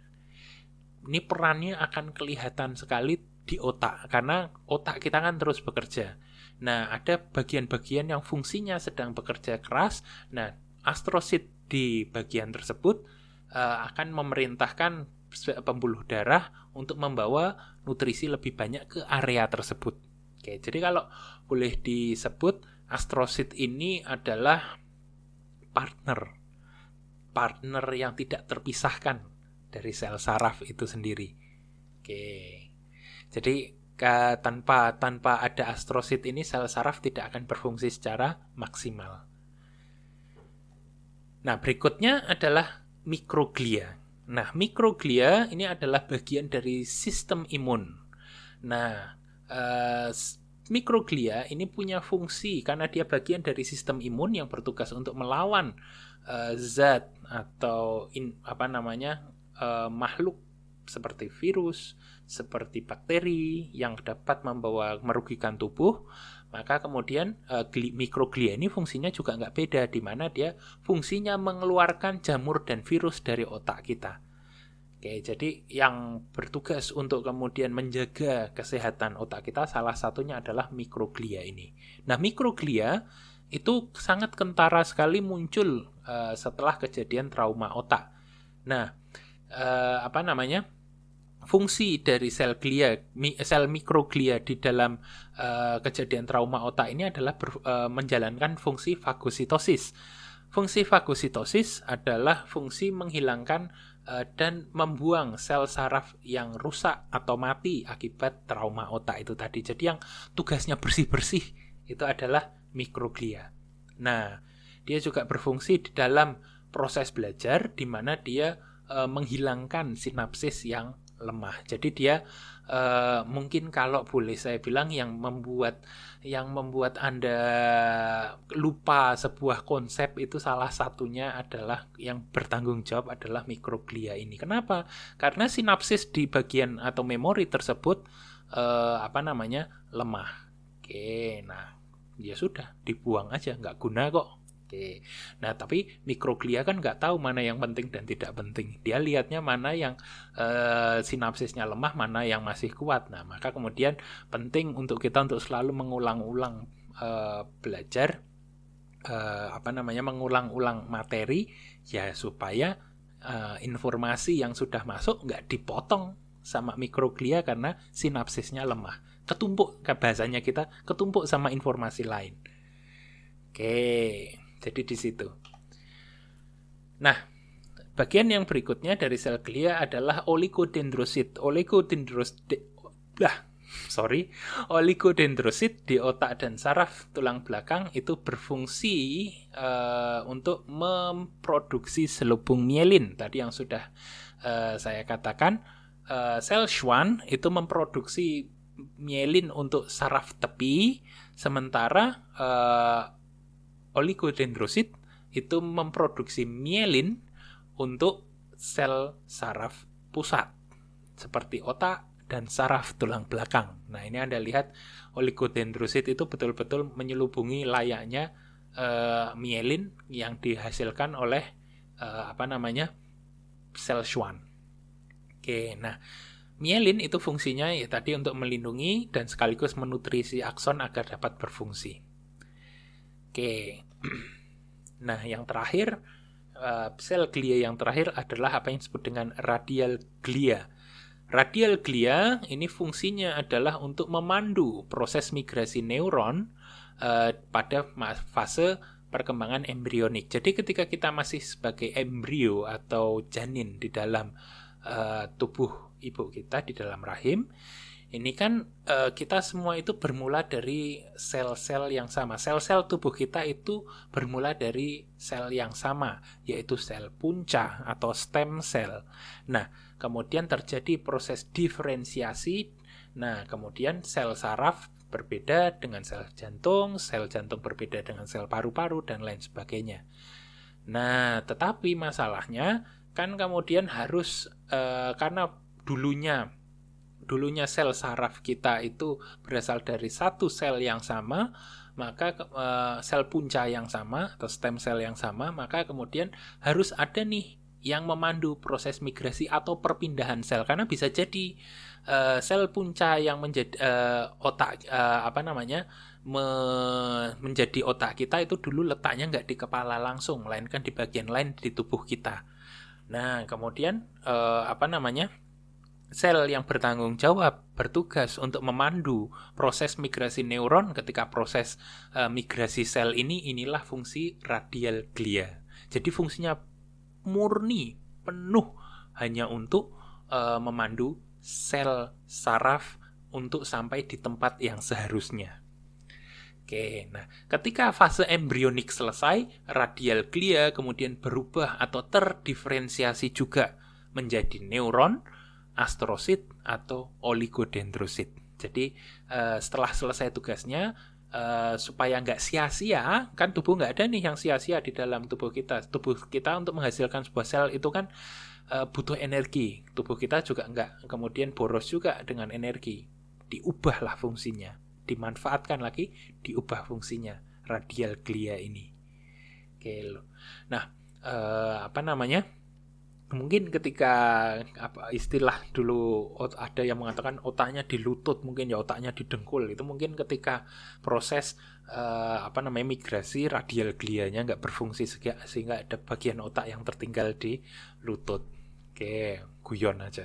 ini perannya akan kelihatan sekali di otak karena otak kita kan terus bekerja. Nah, ada bagian-bagian yang fungsinya sedang bekerja keras. Nah, astrosit di bagian tersebut uh, akan memerintahkan pembuluh darah untuk membawa nutrisi lebih banyak ke area tersebut. Oke, jadi kalau boleh disebut astrosit ini adalah partner partner yang tidak terpisahkan dari sel saraf itu sendiri. Oke. Jadi ke, tanpa tanpa ada astrosit ini sel saraf tidak akan berfungsi secara maksimal. Nah, berikutnya adalah mikroglia. Nah, mikroglia ini adalah bagian dari sistem imun. Nah, eh, mikroglia ini punya fungsi karena dia bagian dari sistem imun yang bertugas untuk melawan uh, zat atau in, apa namanya uh, makhluk seperti virus, seperti bakteri yang dapat membawa merugikan tubuh. Maka kemudian uh, mikroglia ini fungsinya juga nggak beda, di mana dia fungsinya mengeluarkan jamur dan virus dari otak kita. Oke, jadi yang bertugas untuk kemudian menjaga kesehatan otak kita salah satunya adalah mikroglia ini. Nah, mikroglia itu sangat kentara sekali muncul uh, setelah kejadian trauma otak. Nah, uh, apa namanya? Fungsi dari sel glia, mi, sel mikroglia di dalam uh, kejadian trauma otak ini adalah ber, uh, menjalankan fungsi fagositosis. Fungsi fagositosis adalah fungsi menghilangkan dan membuang sel saraf yang rusak atau mati akibat trauma otak itu tadi. Jadi yang tugasnya bersih-bersih itu adalah mikroglia. Nah, dia juga berfungsi di dalam proses belajar di mana dia e, menghilangkan sinapsis yang lemah. Jadi dia e, mungkin kalau boleh saya bilang yang membuat yang membuat Anda lupa sebuah konsep itu salah satunya adalah yang bertanggung jawab adalah mikroglia ini. Kenapa? Karena sinapsis di bagian atau memori tersebut e, apa namanya lemah. Oke, nah ya sudah dibuang aja, nggak guna kok. Oke. Nah, tapi mikroglia kan nggak tahu mana yang penting dan tidak penting. Dia lihatnya mana yang uh, sinapsisnya lemah, mana yang masih kuat. Nah, maka kemudian penting untuk kita untuk selalu mengulang-ulang uh, belajar, uh, apa namanya, mengulang-ulang materi, ya supaya uh, informasi yang sudah masuk nggak dipotong sama mikroglia karena sinapsisnya lemah. Ketumpuk, bahasanya kita ketumpuk sama informasi lain. Oke. Jadi di situ. Nah, bagian yang berikutnya dari sel glia adalah oligodendrosit. Oligodendrosit, bah, sorry, oligodendrosit di otak dan saraf tulang belakang itu berfungsi uh, untuk memproduksi selubung mielin. Tadi yang sudah uh, saya katakan, uh, sel Schwann itu memproduksi mielin untuk saraf tepi, sementara uh, oligodendrosit itu memproduksi mielin untuk sel saraf pusat seperti otak dan saraf tulang belakang. Nah, ini Anda lihat oligodendrosit itu betul-betul menyelubungi layaknya uh, mielin yang dihasilkan oleh uh, apa namanya sel Schwann. Oke, nah mielin itu fungsinya ya tadi untuk melindungi dan sekaligus menutrisi akson agar dapat berfungsi. Oke, nah yang terakhir uh, sel glia yang terakhir adalah apa yang disebut dengan radial glia. Radial glia ini fungsinya adalah untuk memandu proses migrasi neuron uh, pada fase perkembangan embrionik. Jadi ketika kita masih sebagai embrio atau janin di dalam uh, tubuh ibu kita di dalam rahim, ini kan uh, kita semua itu bermula dari sel-sel yang sama. Sel-sel tubuh kita itu bermula dari sel yang sama, yaitu sel punca atau stem cell. Nah, kemudian terjadi proses diferensiasi. Nah, kemudian sel saraf berbeda dengan sel jantung, sel jantung berbeda dengan sel paru-paru, dan lain sebagainya. Nah, tetapi masalahnya kan kemudian harus, uh, karena dulunya dulunya sel saraf kita itu berasal dari satu sel yang sama, maka uh, sel punca yang sama atau stem cell yang sama, maka kemudian harus ada nih yang memandu proses migrasi atau perpindahan sel, karena bisa jadi uh, sel punca yang menjadi uh, otak uh, apa namanya me- menjadi otak kita itu dulu letaknya nggak di kepala langsung, melainkan di bagian lain di tubuh kita. Nah, kemudian uh, apa namanya sel yang bertanggung jawab bertugas untuk memandu proses migrasi neuron ketika proses uh, migrasi sel ini, inilah fungsi radial glia. Jadi fungsinya murni, penuh hanya untuk uh, memandu sel saraf untuk sampai di tempat yang seharusnya. Oke, nah ketika fase embrionik selesai, radial glia kemudian berubah atau terdiferensiasi juga menjadi neuron, astrosit atau oligodendrosit. Jadi uh, setelah selesai tugasnya, uh, supaya nggak sia-sia, kan tubuh nggak ada nih yang sia-sia di dalam tubuh kita. Tubuh kita untuk menghasilkan sebuah sel itu kan uh, butuh energi. Tubuh kita juga nggak kemudian boros juga dengan energi. Diubahlah fungsinya, dimanfaatkan lagi, diubah fungsinya radial glia ini. Oke loh. Nah, uh, apa namanya? Mungkin ketika apa istilah dulu ada yang mengatakan otaknya di lutut, mungkin ya otaknya di dengkul, itu mungkin ketika proses uh, apa namanya migrasi radial glianya nggak berfungsi sehingga ada bagian otak yang tertinggal di lutut. Oke, guyon aja.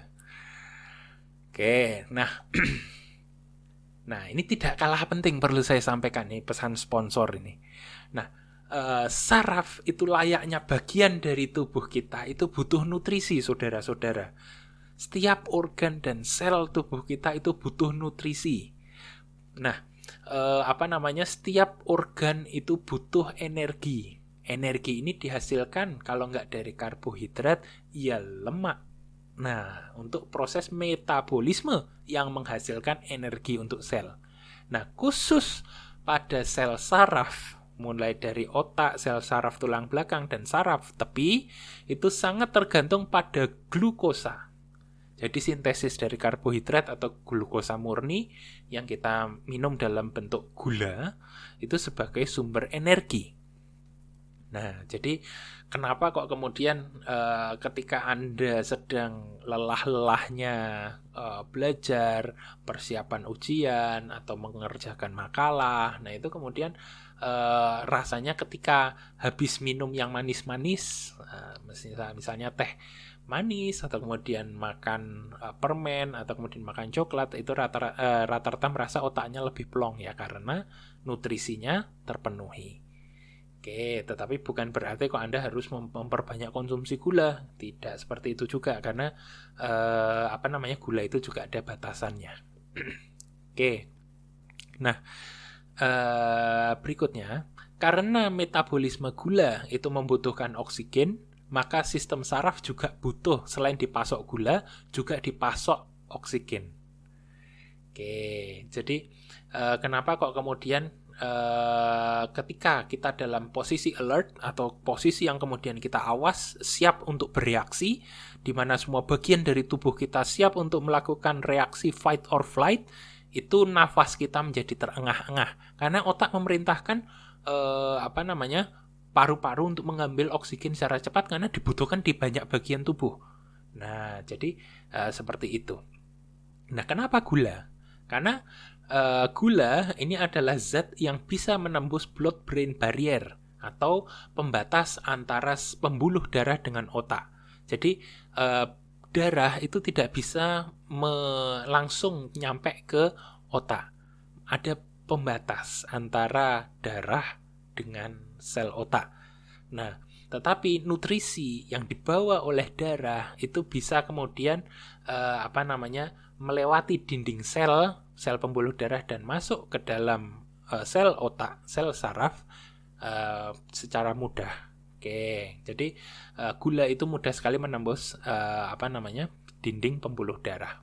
Oke, nah nah ini tidak kalah penting perlu saya sampaikan nih, pesan sponsor ini. Nah, Uh, saraf itu layaknya bagian dari tubuh kita itu butuh nutrisi, saudara-saudara. Setiap organ dan sel tubuh kita itu butuh nutrisi. Nah, uh, apa namanya? Setiap organ itu butuh energi. Energi ini dihasilkan kalau nggak dari karbohidrat, ya lemak. Nah, untuk proses metabolisme yang menghasilkan energi untuk sel. Nah, khusus pada sel saraf, mulai dari otak, sel saraf tulang belakang, dan saraf tepi, itu sangat tergantung pada glukosa. Jadi sintesis dari karbohidrat atau glukosa murni yang kita minum dalam bentuk gula, itu sebagai sumber energi. Nah, jadi kenapa kok kemudian uh, ketika Anda sedang lelah-lelahnya uh, belajar, persiapan ujian, atau mengerjakan makalah, nah itu kemudian Uh, rasanya ketika habis minum yang manis-manis, uh, misalnya, misalnya teh manis, atau kemudian makan uh, permen, atau kemudian makan coklat, itu rata-rata, uh, rata-rata merasa otaknya lebih plong ya, karena nutrisinya terpenuhi. Oke, tetapi bukan berarti kok Anda harus mem- memperbanyak konsumsi gula. Tidak seperti itu juga, karena uh, apa namanya gula itu juga ada batasannya. Oke, nah Uh, berikutnya, karena metabolisme gula itu membutuhkan oksigen, maka sistem saraf juga butuh, selain dipasok gula, juga dipasok oksigen. Oke, jadi uh, kenapa kok kemudian uh, ketika kita dalam posisi alert atau posisi yang kemudian kita awas, siap untuk bereaksi, di mana semua bagian dari tubuh kita siap untuk melakukan reaksi fight or flight, itu nafas kita menjadi terengah-engah karena otak memerintahkan uh, apa namanya paru-paru untuk mengambil oksigen secara cepat karena dibutuhkan di banyak bagian tubuh. Nah, jadi uh, seperti itu. Nah, kenapa gula? Karena uh, gula ini adalah zat yang bisa menembus blood-brain barrier atau pembatas antara pembuluh darah dengan otak. Jadi uh, darah itu tidak bisa me- langsung nyampe ke otak. Ada pembatas antara darah dengan sel otak. Nah, tetapi nutrisi yang dibawa oleh darah itu bisa kemudian uh, apa namanya melewati dinding sel, sel pembuluh darah dan masuk ke dalam uh, sel otak, sel saraf uh, secara mudah. Oke, jadi uh, gula itu mudah sekali menembus uh, apa namanya dinding pembuluh darah.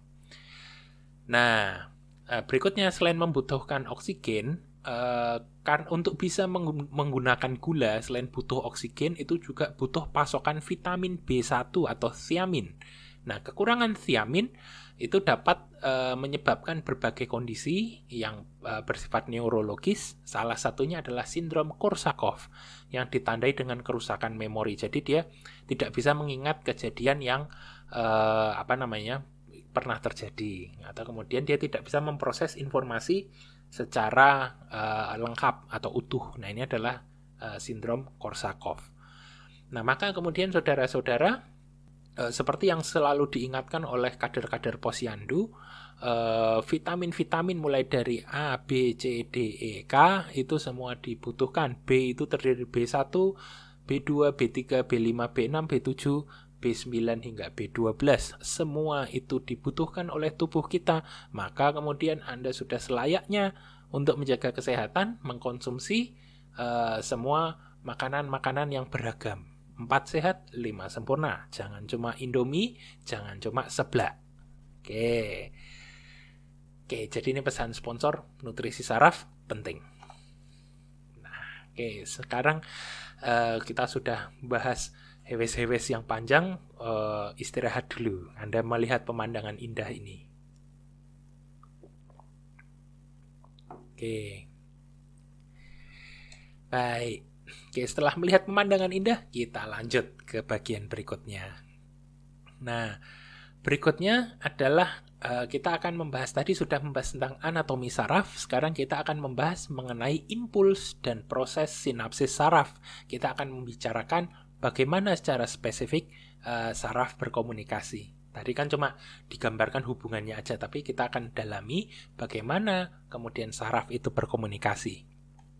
Nah, uh, berikutnya selain membutuhkan oksigen, uh, kan untuk bisa meng- menggunakan gula selain butuh oksigen itu juga butuh pasokan vitamin B satu atau thiamin. Nah, kekurangan thiamin itu dapat uh, menyebabkan berbagai kondisi yang uh, bersifat neurologis. Salah satunya adalah sindrom Korsakoff yang ditandai dengan kerusakan memori. Jadi dia tidak bisa mengingat kejadian yang uh, apa namanya pernah terjadi, atau kemudian dia tidak bisa memproses informasi secara uh, lengkap atau utuh. Nah, ini adalah uh, sindrom Korsakoff. Nah, maka kemudian saudara-saudara, Uh, seperti yang selalu diingatkan oleh kader-kader posyandu, uh, vitamin-vitamin mulai dari A, B, C, D, E, K itu semua dibutuhkan. B itu terdiri B satu, B dua, B tiga, B lima, B enam, B tujuh, B sembilan hingga B dua belas. Semua itu dibutuhkan oleh tubuh kita. Maka kemudian Anda sudah selayaknya untuk menjaga kesehatan, mengkonsumsi uh, semua makanan-makanan yang beragam. Empat sehat, lima sempurna. Jangan cuma Indomie, jangan cuma seblak. Oke. Oke, jadi ini pesan sponsor, nutrisi saraf penting. Nah, oke, sekarang uh, kita sudah bahas hewes-hewes yang panjang, uh, istirahat dulu. Anda melihat pemandangan indah ini. Oke. Baik. Oke, setelah melihat pemandangan indah, kita lanjut ke bagian berikutnya. Nah, berikutnya adalah uh, kita akan membahas, tadi sudah membahas tentang anatomi saraf, sekarang kita akan membahas mengenai impuls dan proses sinapsis saraf. Kita akan membicarakan bagaimana secara spesifik uh, saraf berkomunikasi. Tadi kan cuma digambarkan hubungannya aja, tapi kita akan dalami bagaimana kemudian saraf itu berkomunikasi.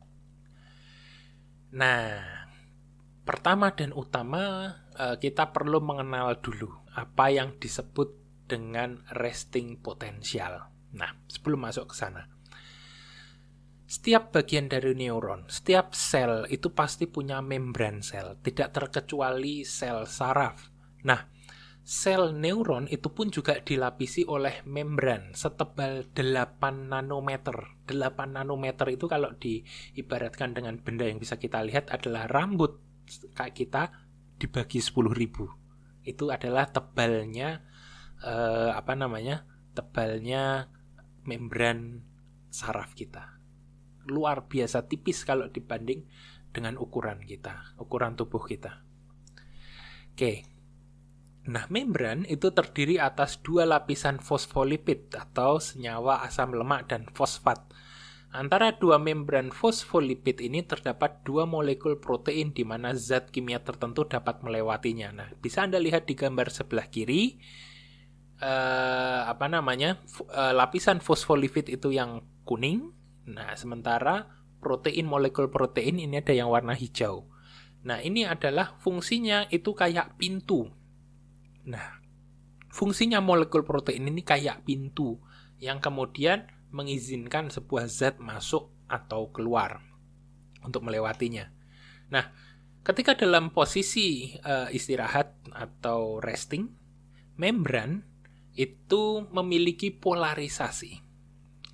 Nah, pertama dan utama kita perlu mengenal dulu apa yang disebut dengan resting potential. Nah, sebelum masuk ke sana, setiap bagian dari neuron, setiap sel itu pasti punya membran sel, tidak terkecuali sel saraf. Nah, sel neuron itu pun juga dilapisi oleh membran setebal delapan nanometer. delapan nanometer itu kalau diibaratkan dengan benda yang bisa kita lihat adalah rambut kayak kita dibagi sepuluh ribu. Itu adalah tebalnya eh, apa namanya? tebalnya membran saraf kita. Luar biasa tipis kalau dibanding dengan ukuran kita, ukuran tubuh kita. Oke. Nah, membran itu terdiri atas dua lapisan fosfolipid atau senyawa asam lemak dan fosfat. Antara dua membran fosfolipid ini terdapat dua molekul protein di mana zat kimia tertentu dapat melewatinya. Nah, bisa Anda lihat di gambar sebelah kiri, eh, apa namanya, f- eh, lapisan fosfolipid itu yang kuning. Nah, sementara protein, molekul protein ini ada yang warna hijau. Nah, ini adalah fungsinya itu kayak pintu. Nah, fungsinya molekul protein ini kayak pintu yang kemudian mengizinkan sebuah zat masuk atau keluar untuk melewatinya. Nah, ketika dalam posisi uh, istirahat atau resting, membran itu memiliki polarisasi.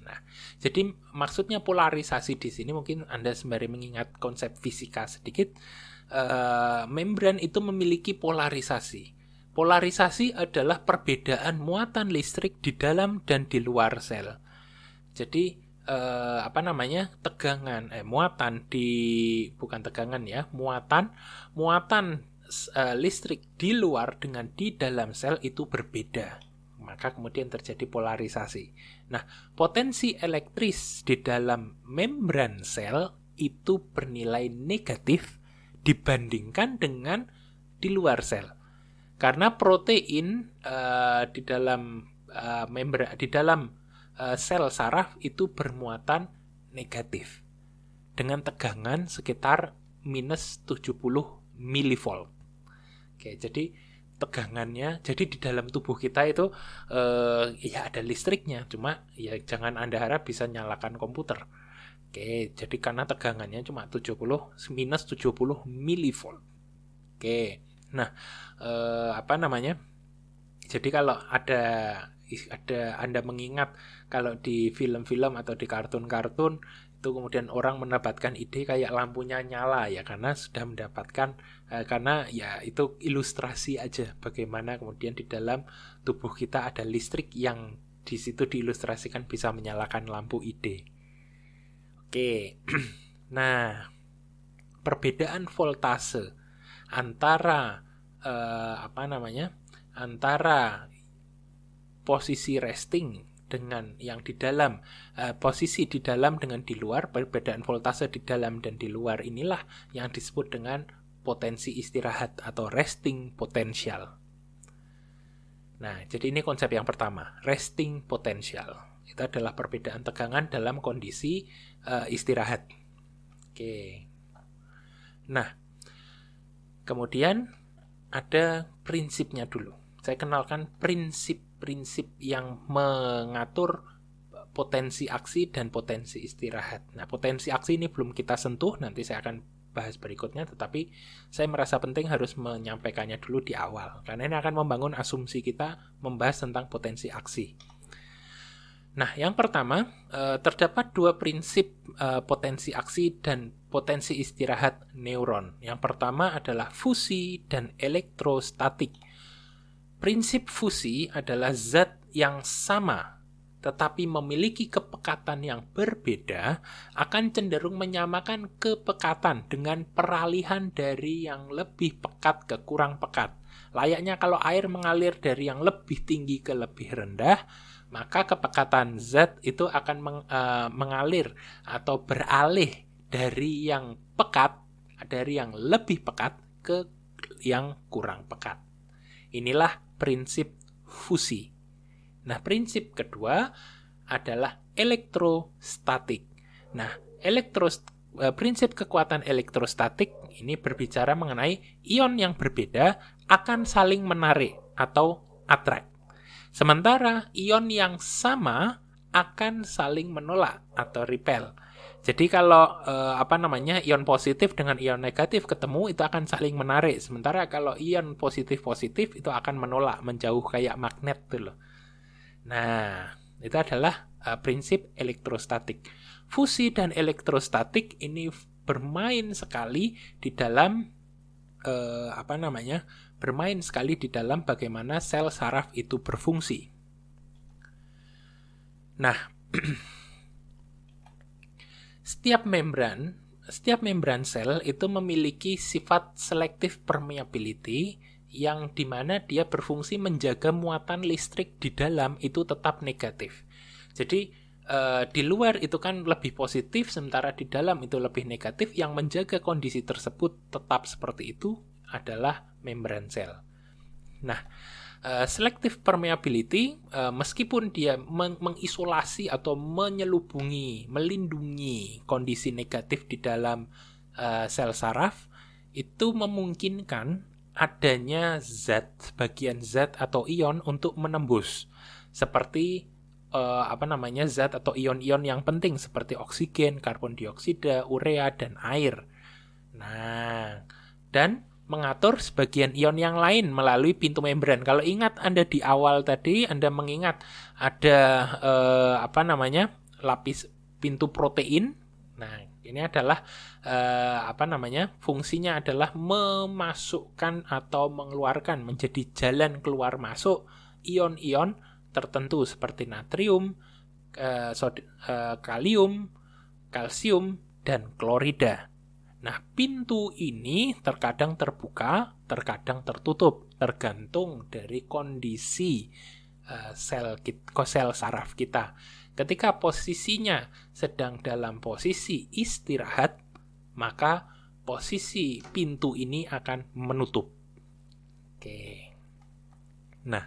Nah, jadi maksudnya polarisasi di sini mungkin Anda sembari mengingat konsep fisika sedikit, uh, membran itu memiliki polarisasi. Polarisasi adalah perbedaan muatan listrik di dalam dan di luar sel. Jadi eh, apa namanya tegangan, eh muatan di bukan tegangan ya, muatan muatan eh, listrik di luar dengan di dalam sel itu berbeda. Maka kemudian terjadi polarisasi. Nah, potensi elektris di dalam membran sel itu bernilai negatif dibandingkan dengan di luar sel. Karena protein uh, di dalam uh, membran di dalam uh, sel saraf itu bermuatan negatif dengan tegangan sekitar minus tujuh puluh milivolt. Oke, jadi tegangannya, jadi di dalam tubuh kita itu uh, ya ada listriknya, cuma ya jangan Anda harap bisa nyalakan komputer. Oke, jadi karena tegangannya cuma tujuh puluh minus tujuh puluh milivolt. Oke. Nah, eh, apa namanya? Jadi kalau ada ada Anda mengingat kalau di film-film atau di kartun-kartun itu kemudian orang mendapatkan ide kayak lampunya nyala ya karena sudah mendapatkan eh, karena ya itu ilustrasi aja bagaimana kemudian di dalam tubuh kita ada listrik yang di situ diilustrasikan bisa menyalakan lampu ide. Oke. Nah, perbedaan voltase antara eh, apa namanya antara posisi resting dengan yang di dalam eh, posisi di dalam dengan di luar, perbedaan voltase di dalam dan di luar inilah yang disebut dengan potensi istirahat atau resting potential. Nah, jadi ini konsep yang pertama, resting potential. Itu adalah perbedaan tegangan dalam kondisi eh, istirahat. Oke. Nah, kemudian ada prinsipnya dulu. Saya kenalkan prinsip-prinsip yang mengatur potensi aksi dan potensi istirahat. Nah, potensi aksi ini belum kita sentuh, nanti saya akan bahas berikutnya, tetapi saya merasa penting harus menyampaikannya dulu di awal, karena ini akan membangun asumsi kita membahas tentang potensi aksi. Nah, yang pertama, eh, terdapat dua prinsip eh, potensi aksi dan potensi istirahat neuron. Yang pertama adalah fusi dan elektrostatik. Prinsip fusi adalah zat yang sama tetapi memiliki kepekatan yang berbeda akan cenderung menyamakan kepekatan dengan peralihan dari yang lebih pekat ke kurang pekat. Layaknya kalau air mengalir dari yang lebih tinggi ke lebih rendah, maka kepekatan zat itu akan meng, uh, mengalir atau beralih dari yang pekat, dari yang lebih pekat ke yang kurang pekat. Inilah prinsip fusi. Nah, prinsip kedua adalah elektrostatik. Nah, elektros, uh, prinsip kekuatan elektrostatik ini berbicara mengenai ion yang berbeda akan saling menarik atau attract. Sementara ion yang sama akan saling menolak atau repel. Jadi kalau eh, apa namanya ion positif dengan ion negatif ketemu itu akan saling menarik. Sementara kalau ion positif-positif itu akan menolak, menjauh kayak magnet tuh loh. Nah, itu adalah uh, prinsip elektrostatik. Fusi dan elektrostatik ini bermain sekali di dalam uh, apa namanya? bermain sekali di dalam bagaimana sel saraf itu berfungsi. Nah, setiap membran, setiap membran sel itu memiliki sifat selective permeability yang dimana dia berfungsi menjaga muatan listrik di dalam itu tetap negatif. Jadi eh, di luar itu kan lebih positif, sementara di dalam itu lebih negatif. Yang menjaga kondisi tersebut tetap seperti itu adalah membran sel. Nah, uh, selective permeability uh, meskipun dia meng- mengisolasi atau menyelubungi, melindungi kondisi negatif di dalam uh, sel saraf, itu memungkinkan adanya zat, bagian zat atau ion untuk menembus, seperti uh, apa namanya zat atau ion-ion yang penting seperti oksigen, karbon dioksida, urea dan air. Nah, dan mengatur sebagian ion yang lain melalui pintu membran. Kalau ingat Anda di awal tadi, Anda mengingat ada eh, apa namanya lapis pintu protein. Nah, ini adalah eh, apa namanya? Fungsinya adalah memasukkan atau mengeluarkan, menjadi jalan keluar masuk ion-ion tertentu seperti natrium, eh, sodi- eh, kalium, kalsium, dan klorida. Nah, pintu ini terkadang terbuka, terkadang tertutup, tergantung dari kondisi uh, sel, sel saraf kita. Ketika posisinya sedang dalam posisi istirahat, maka posisi pintu ini akan menutup. Oke. Nah,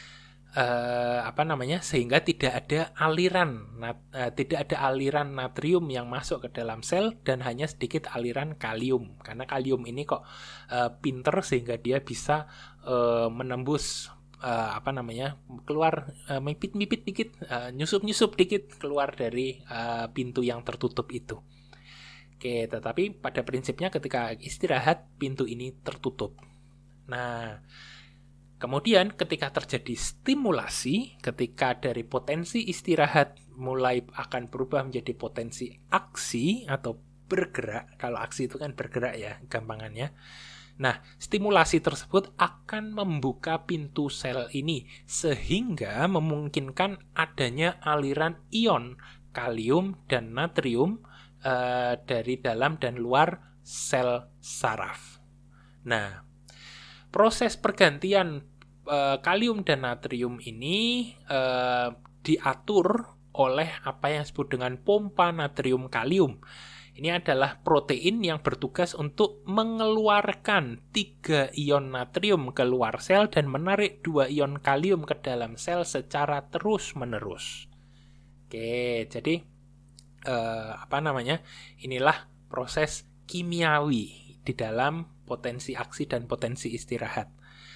Uh, apa namanya sehingga tidak ada aliran nat, uh, tidak ada aliran natrium yang masuk ke dalam sel dan hanya sedikit aliran kalium, karena kalium ini kok uh, pinter sehingga dia bisa uh, menembus uh, apa namanya keluar uh, mipit-mipit dikit, uh, nyusup-nyusup dikit keluar dari uh, pintu yang tertutup itu. Oke, tetapi pada prinsipnya ketika istirahat pintu ini tertutup. Nah, kemudian ketika terjadi stimulasi, ketika dari potensi istirahat mulai akan berubah menjadi potensi aksi atau bergerak. Kalau aksi itu kan bergerak ya, gampangannya. Nah, stimulasi tersebut akan membuka pintu sel ini sehingga memungkinkan adanya aliran ion kalium dan natrium uh, dari dalam dan luar sel saraf. Nah, proses pergantian Uh, kalium dan natrium ini uh, diatur oleh apa yang disebut dengan pompa natrium kalium. Ini adalah protein yang bertugas untuk mengeluarkan tiga ion natrium keluar sel dan menarik dua ion kalium ke dalam sel secara terus-menerus. Oke, jadi uh, apa namanya? Inilah proses kimiawi di dalam potensi aksi dan potensi istirahat.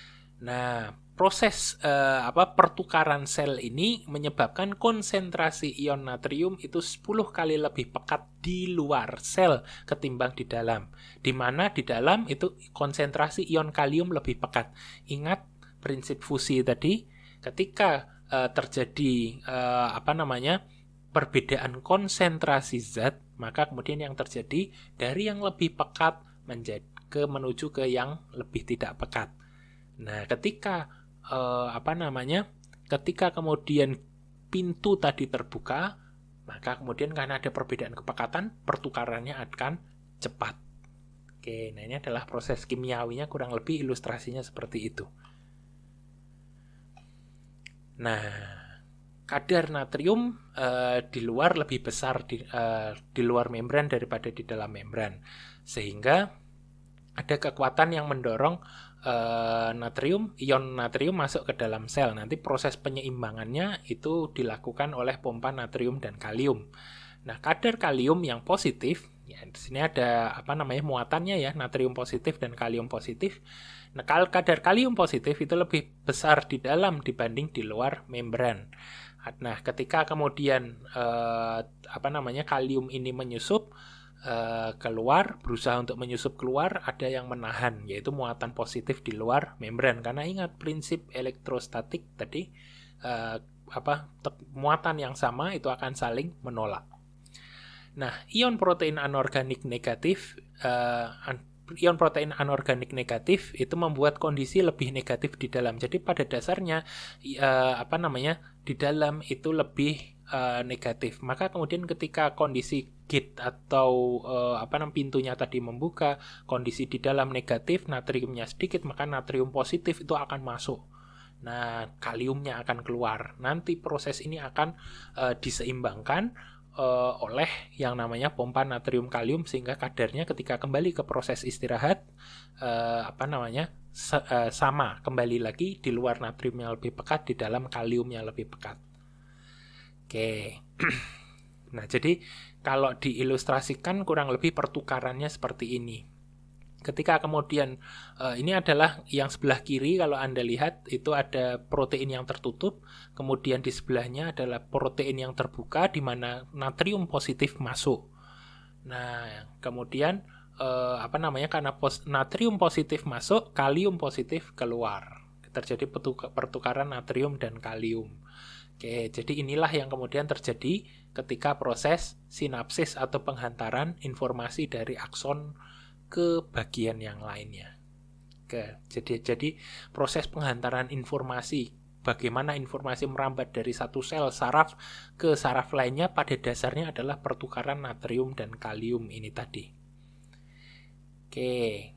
Nah, proses eh, apa pertukaran sel ini menyebabkan konsentrasi ion natrium itu sepuluh kali lebih pekat di luar sel ketimbang di dalam. Di mana di dalam itu konsentrasi ion kalium lebih pekat. Ingat prinsip fusi tadi, ketika eh, terjadi eh, apa namanya? perbedaan konsentrasi zat, maka kemudian yang terjadi dari yang lebih pekat menjadi ke menuju ke yang lebih tidak pekat. Nah, ketika eh, apa namanya? Ketika kemudian pintu tadi terbuka, maka kemudian karena ada perbedaan kepekatan, pertukarannya akan cepat. Oke, nah ini adalah proses kimiawinya, kurang lebih ilustrasinya seperti itu. Nah, kadar natrium eh, di luar lebih besar di, eh, di luar membran daripada di dalam membran, sehingga ada kekuatan yang mendorong Uh, natrium, ion natrium masuk ke dalam sel. Nanti proses penyeimbangannya itu dilakukan oleh pompa natrium dan kalium. Nah, kadar kalium yang positif, ya di sini ada apa namanya muatannya ya, natrium positif dan kalium positif. Nah, kadar kalium positif itu lebih besar di dalam dibanding di luar membran. Nah, ketika kemudian uh, apa namanya kalium ini menyusup Uh, keluar, berusaha untuk menyusup keluar, ada yang menahan, yaitu muatan positif di luar membran. Karena ingat prinsip elektrostatik tadi, uh, apa muatan yang sama itu akan saling menolak. Nah, ion protein anorganik negatif, uh, ion protein anorganik negatif itu membuat kondisi lebih negatif di dalam. Jadi pada dasarnya uh, apa namanya di dalam itu lebih uh, negatif. Maka kemudian ketika kondisi gate atau uh, apa namanya pintunya tadi membuka, kondisi di dalam negatif, natriumnya sedikit, maka natrium positif itu akan masuk. Nah, kaliumnya akan keluar. Nanti proses ini akan uh, diseimbangkan uh, oleh yang namanya pompa natrium kalium, sehingga kadarnya ketika kembali ke proses istirahat uh, apa namanya sa- uh, sama, kembali lagi di luar natriumnya lebih pekat, di dalam kaliumnya lebih pekat. Oke. Nah, jadi kalau diilustrasikan kurang lebih pertukarannya seperti ini. Ketika kemudian uh, ini adalah yang sebelah kiri, kalau Anda lihat itu ada protein yang tertutup, kemudian di sebelahnya adalah protein yang terbuka di mana natrium positif masuk. Nah, kemudian uh, apa namanya karena pos, natrium positif masuk, kalium positif keluar. Terjadi pertukaran natrium dan kalium. Oke, jadi inilah yang kemudian terjadi ketika proses sinapsis atau penghantaran informasi dari akson ke bagian yang lainnya. Oke, jadi jadi proses penghantaran informasi, bagaimana informasi merambat dari satu sel saraf ke saraf lainnya pada dasarnya adalah pertukaran natrium dan kalium ini tadi. Oke.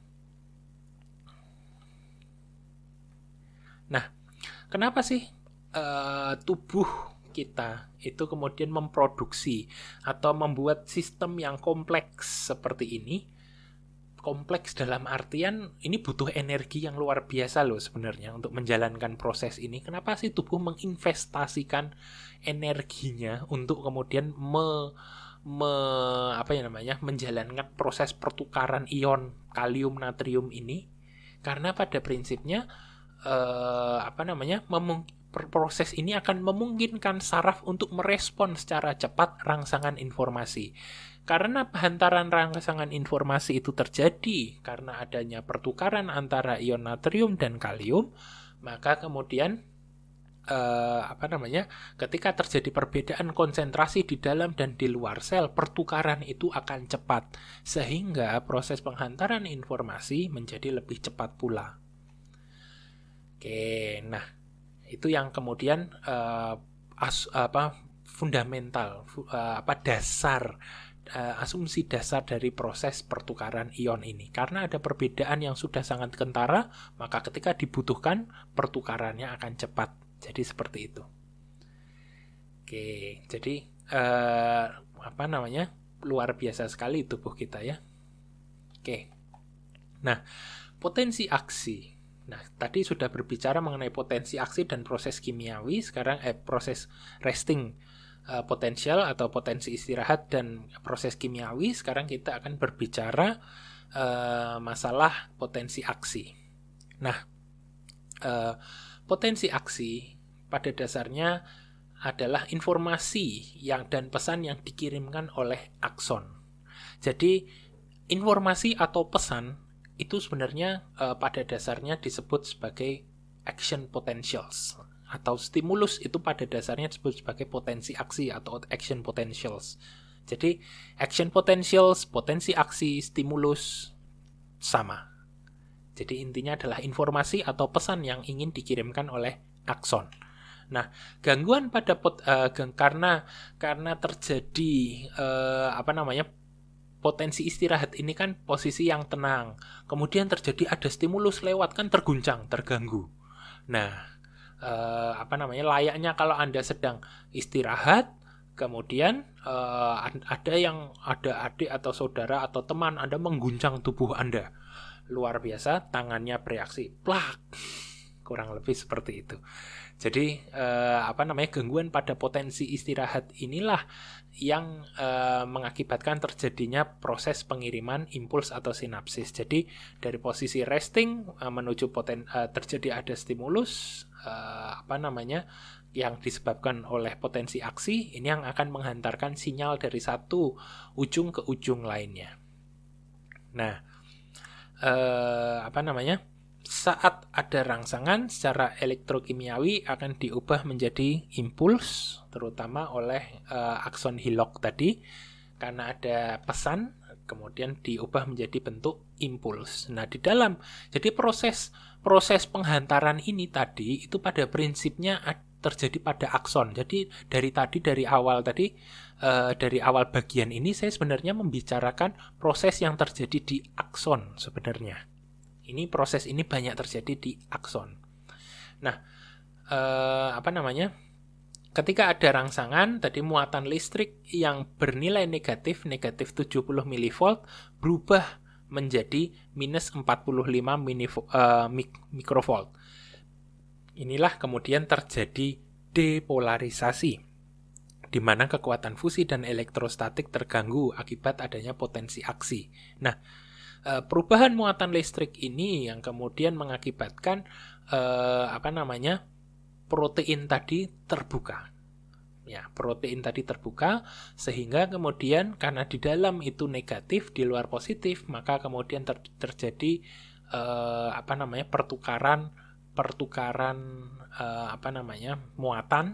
Nah, kenapa sih uh, tubuh kita itu kemudian memproduksi atau membuat sistem yang kompleks seperti ini? Kompleks dalam artian ini butuh energi yang luar biasa loh sebenarnya untuk menjalankan proses ini. Kenapa sih tubuh menginvestasikan energinya untuk kemudian me, me apa ya namanya menjalankan proses pertukaran ion kalium natrium ini? Karena pada prinsipnya Uh, apa namanya memung- proses ini akan memungkinkan saraf untuk merespon secara cepat rangsangan informasi. Karena hantaran rangsangan informasi itu terjadi karena adanya pertukaran antara ion natrium dan kalium, maka kemudian uh, apa namanya ketika terjadi perbedaan konsentrasi di dalam dan di luar sel, pertukaran itu akan cepat sehingga proses penghantaran informasi menjadi lebih cepat pula. Oke, nah itu yang kemudian uh, as, apa fundamental, uh, apa dasar, uh, asumsi dasar dari proses pertukaran ion ini. Karena ada perbedaan yang sudah sangat kentara, maka ketika dibutuhkan pertukarannya akan cepat. Jadi seperti itu. Oke, jadi uh, apa namanya luar biasa sekali tubuh kita ya. Oke, nah potensi aksi. Nah, tadi sudah berbicara mengenai potensi aksi dan proses kimiawi, sekarang eh proses resting uh, potensial atau potensi istirahat dan proses kimiawi. Sekarang kita akan berbicara uh, masalah potensi aksi. Nah, uh, potensi aksi pada dasarnya adalah informasi yang dan pesan yang dikirimkan oleh akson. Jadi, informasi atau pesan itu sebenarnya uh, pada dasarnya disebut sebagai action potentials atau stimulus itu pada dasarnya disebut sebagai potensi aksi atau action potentials. Jadi action potentials, potensi aksi, stimulus sama. Jadi intinya adalah informasi atau pesan yang ingin dikirimkan oleh akson. Nah, gangguan pada pot, uh, karena karena terjadi uh, apa namanya potensi istirahat ini kan posisi yang tenang. Kemudian terjadi ada stimulus lewat kan terguncang, terganggu. Nah, eh, apa namanya layaknya kalau Anda sedang istirahat, kemudian eh, ada yang ada adik atau saudara atau teman Anda mengguncang tubuh Anda. Luar biasa, tangannya bereaksi, plak. Kurang lebih seperti itu. Jadi eh, apa namanya gangguan pada potensi istirahat inilah yang eh, mengakibatkan terjadinya proses pengiriman impuls atau sinapsis. Jadi dari posisi resting eh, menuju poten eh, terjadi ada stimulus eh, apa namanya yang disebabkan oleh potensi aksi ini yang akan menghantarkan sinyal dari satu ujung ke ujung lainnya. Nah, eh, apa namanya? Saat ada rangsangan secara elektrokimiawi akan diubah menjadi impuls terutama oleh uh, akson Hillock tadi karena ada pesan kemudian diubah menjadi bentuk impuls. Nah, di dalam jadi proses proses penghantaran ini tadi itu pada prinsipnya terjadi pada akson. Jadi dari tadi dari awal tadi uh, dari awal bagian ini saya sebenarnya membicarakan proses yang terjadi di akson sebenarnya. Ini proses ini banyak terjadi di akson. Nah, eh, apa namanya? Ketika ada rangsangan, tadi muatan listrik yang bernilai negatif, negatif tujuh puluh milivolt, berubah menjadi minus empat puluh lima mikrovolt. Inilah kemudian terjadi depolarisasi, di mana kekuatan fusi dan elektrostatik terganggu akibat adanya potensi aksi. Nah, perubahan muatan listrik ini yang kemudian mengakibatkan eh, apa namanya protein tadi terbuka. Ya, protein tadi terbuka sehingga kemudian karena di dalam itu negatif, di luar positif, maka kemudian ter- terjadi eh, apa namanya pertukaran pertukaran eh, apa namanya muatan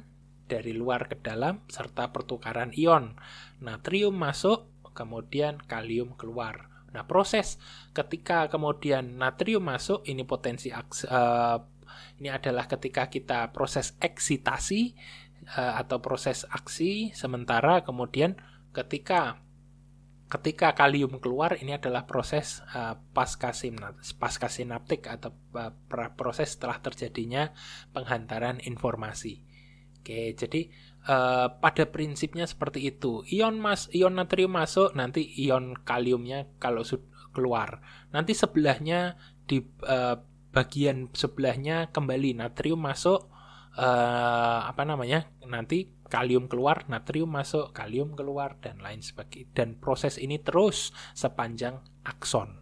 dari luar ke dalam, serta pertukaran ion. Natrium masuk, kemudian kalium keluar. Nah, proses ketika kemudian natrium masuk, ini potensi uh, ini adalah ketika kita proses eksitasi uh, atau proses aksi, sementara kemudian ketika ketika kalium keluar, ini adalah proses uh, pasca sinaptik atau uh, proses setelah terjadinya penghantaran informasi. Oke, jadi uh, pada prinsipnya seperti itu. Ion mas, ion natrium masuk, nanti ion kaliumnya kalau keluar. Nanti sebelahnya di uh, bagian sebelahnya kembali natrium masuk, uh, apa namanya? Nanti kalium keluar, natrium masuk, kalium keluar, dan lain sebagainya. Dan proses ini terus sepanjang akson.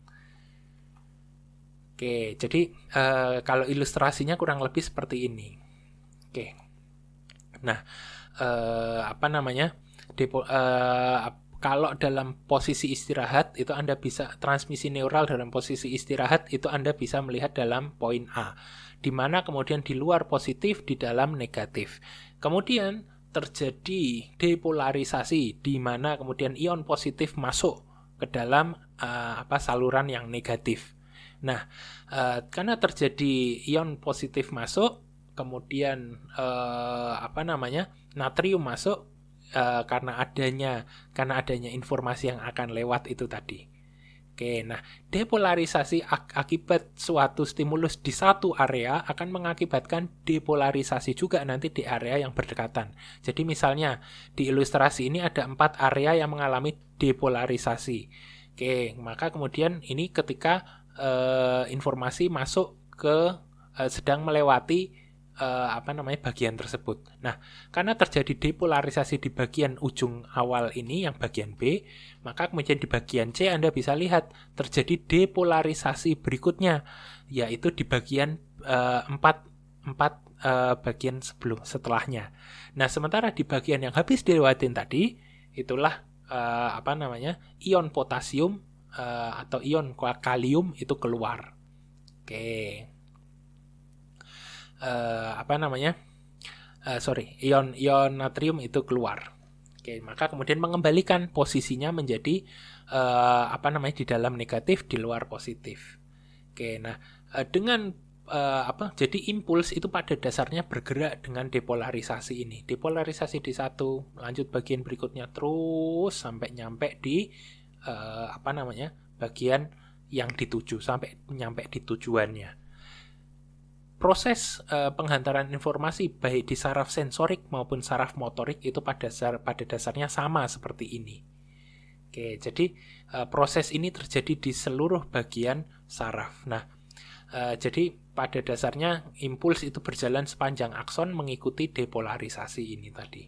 Oke, jadi uh, kalau ilustrasinya kurang lebih seperti ini. Oke. Nah, eh, apa namanya? Depo, eh, kalau dalam posisi istirahat itu Anda bisa transmisi neural dalam posisi istirahat itu Anda bisa melihat dalam poin A, di mana kemudian di luar positif, di dalam negatif. Kemudian terjadi depolarisasi di mana kemudian ion positif masuk ke dalam eh, apa saluran yang negatif. Nah, eh, karena terjadi ion positif masuk, kemudian eh, apa namanya natrium masuk eh, karena adanya karena adanya informasi yang akan lewat itu tadi. Oke, nah depolarisasi ak- akibat suatu stimulus di satu area akan mengakibatkan depolarisasi juga nanti di area yang berdekatan. Jadi misalnya di ilustrasi ini ada empat area yang mengalami depolarisasi. Oke, maka kemudian ini ketika eh, informasi masuk ke eh, sedang melewati Uh, apa namanya bagian tersebut. Nah, karena terjadi depolarisasi di bagian ujung awal ini yang bagian B, maka kemudian di bagian C Anda bisa lihat terjadi depolarisasi berikutnya, yaitu di bagian uh, empat empat uh, bagian sebelum setelahnya. Nah, sementara di bagian yang habis dilewatin tadi, itulah uh, apa namanya ion potasium uh, atau ion kalium itu keluar. Oke. Uh, apa namanya uh, sorry ion ion natrium itu keluar. Oke, maka kemudian mengembalikan posisinya menjadi uh, apa namanya di dalam negatif, di luar positif. Oke, nah uh, dengan uh, apa jadi impuls itu pada dasarnya bergerak dengan depolarisasi ini. Depolarisasi di satu, lanjut bagian berikutnya terus sampai nyampe di uh, apa namanya bagian yang dituju, sampai nyampe di tujuannya. Proses uh, penghantaran informasi baik di saraf sensorik maupun saraf motorik itu pada dasar, pada dasarnya sama seperti ini. Oke, jadi uh, proses ini terjadi di seluruh bagian saraf. Nah, uh, jadi pada dasarnya impuls itu berjalan sepanjang akson mengikuti depolarisasi ini tadi.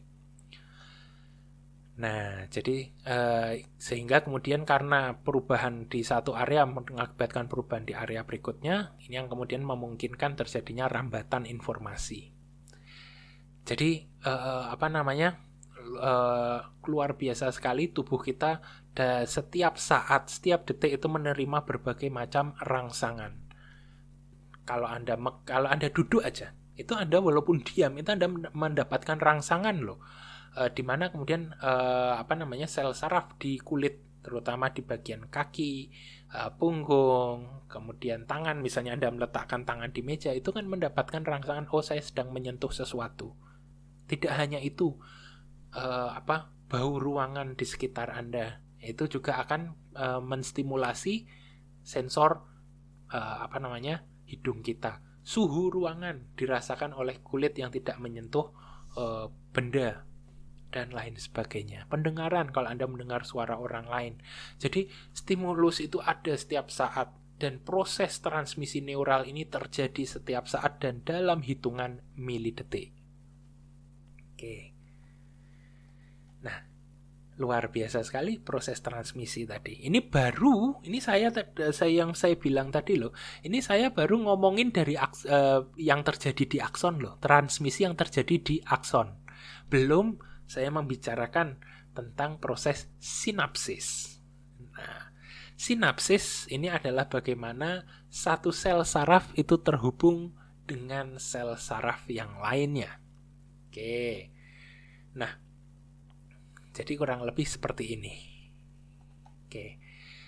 Nah, jadi eh, sehingga kemudian karena perubahan di satu area mengakibatkan perubahan di area berikutnya, ini yang kemudian memungkinkan terjadinya rambatan informasi. Jadi eh, apa namanya eh, luar biasa sekali tubuh kita da, setiap saat, setiap detik itu menerima berbagai macam rangsangan. Kalau Anda kalau Anda duduk aja, itu Anda walaupun diam itu Anda mendapatkan rangsangan loh. Uh, di mana kemudian uh, apa namanya sel saraf di kulit terutama di bagian kaki, uh, punggung, kemudian tangan, misalnya Anda meletakkan tangan di meja itu kan mendapatkan rangsangan oh saya sedang menyentuh sesuatu. Tidak hanya itu, uh, apa bau ruangan di sekitar Anda itu juga akan uh, menstimulasi sensor uh, apa namanya hidung kita. Suhu ruangan dirasakan oleh kulit yang tidak menyentuh uh, benda dan lain sebagainya. Pendengaran kalau Anda mendengar suara orang lain. Jadi stimulus itu ada setiap saat dan proses transmisi neural ini terjadi setiap saat dan dalam hitungan milidetik. Oke. Nah, luar biasa sekali proses transmisi tadi. Ini baru, ini saya saya yang saya bilang tadi loh. Ini saya baru ngomongin dari uh, yang terjadi di akson loh, transmisi yang terjadi di akson. Belum saya membicarakan tentang proses sinapsis. Nah, sinapsis ini adalah bagaimana satu sel saraf itu terhubung dengan sel saraf yang lainnya. Oke. Nah, jadi kurang lebih seperti ini. Oke.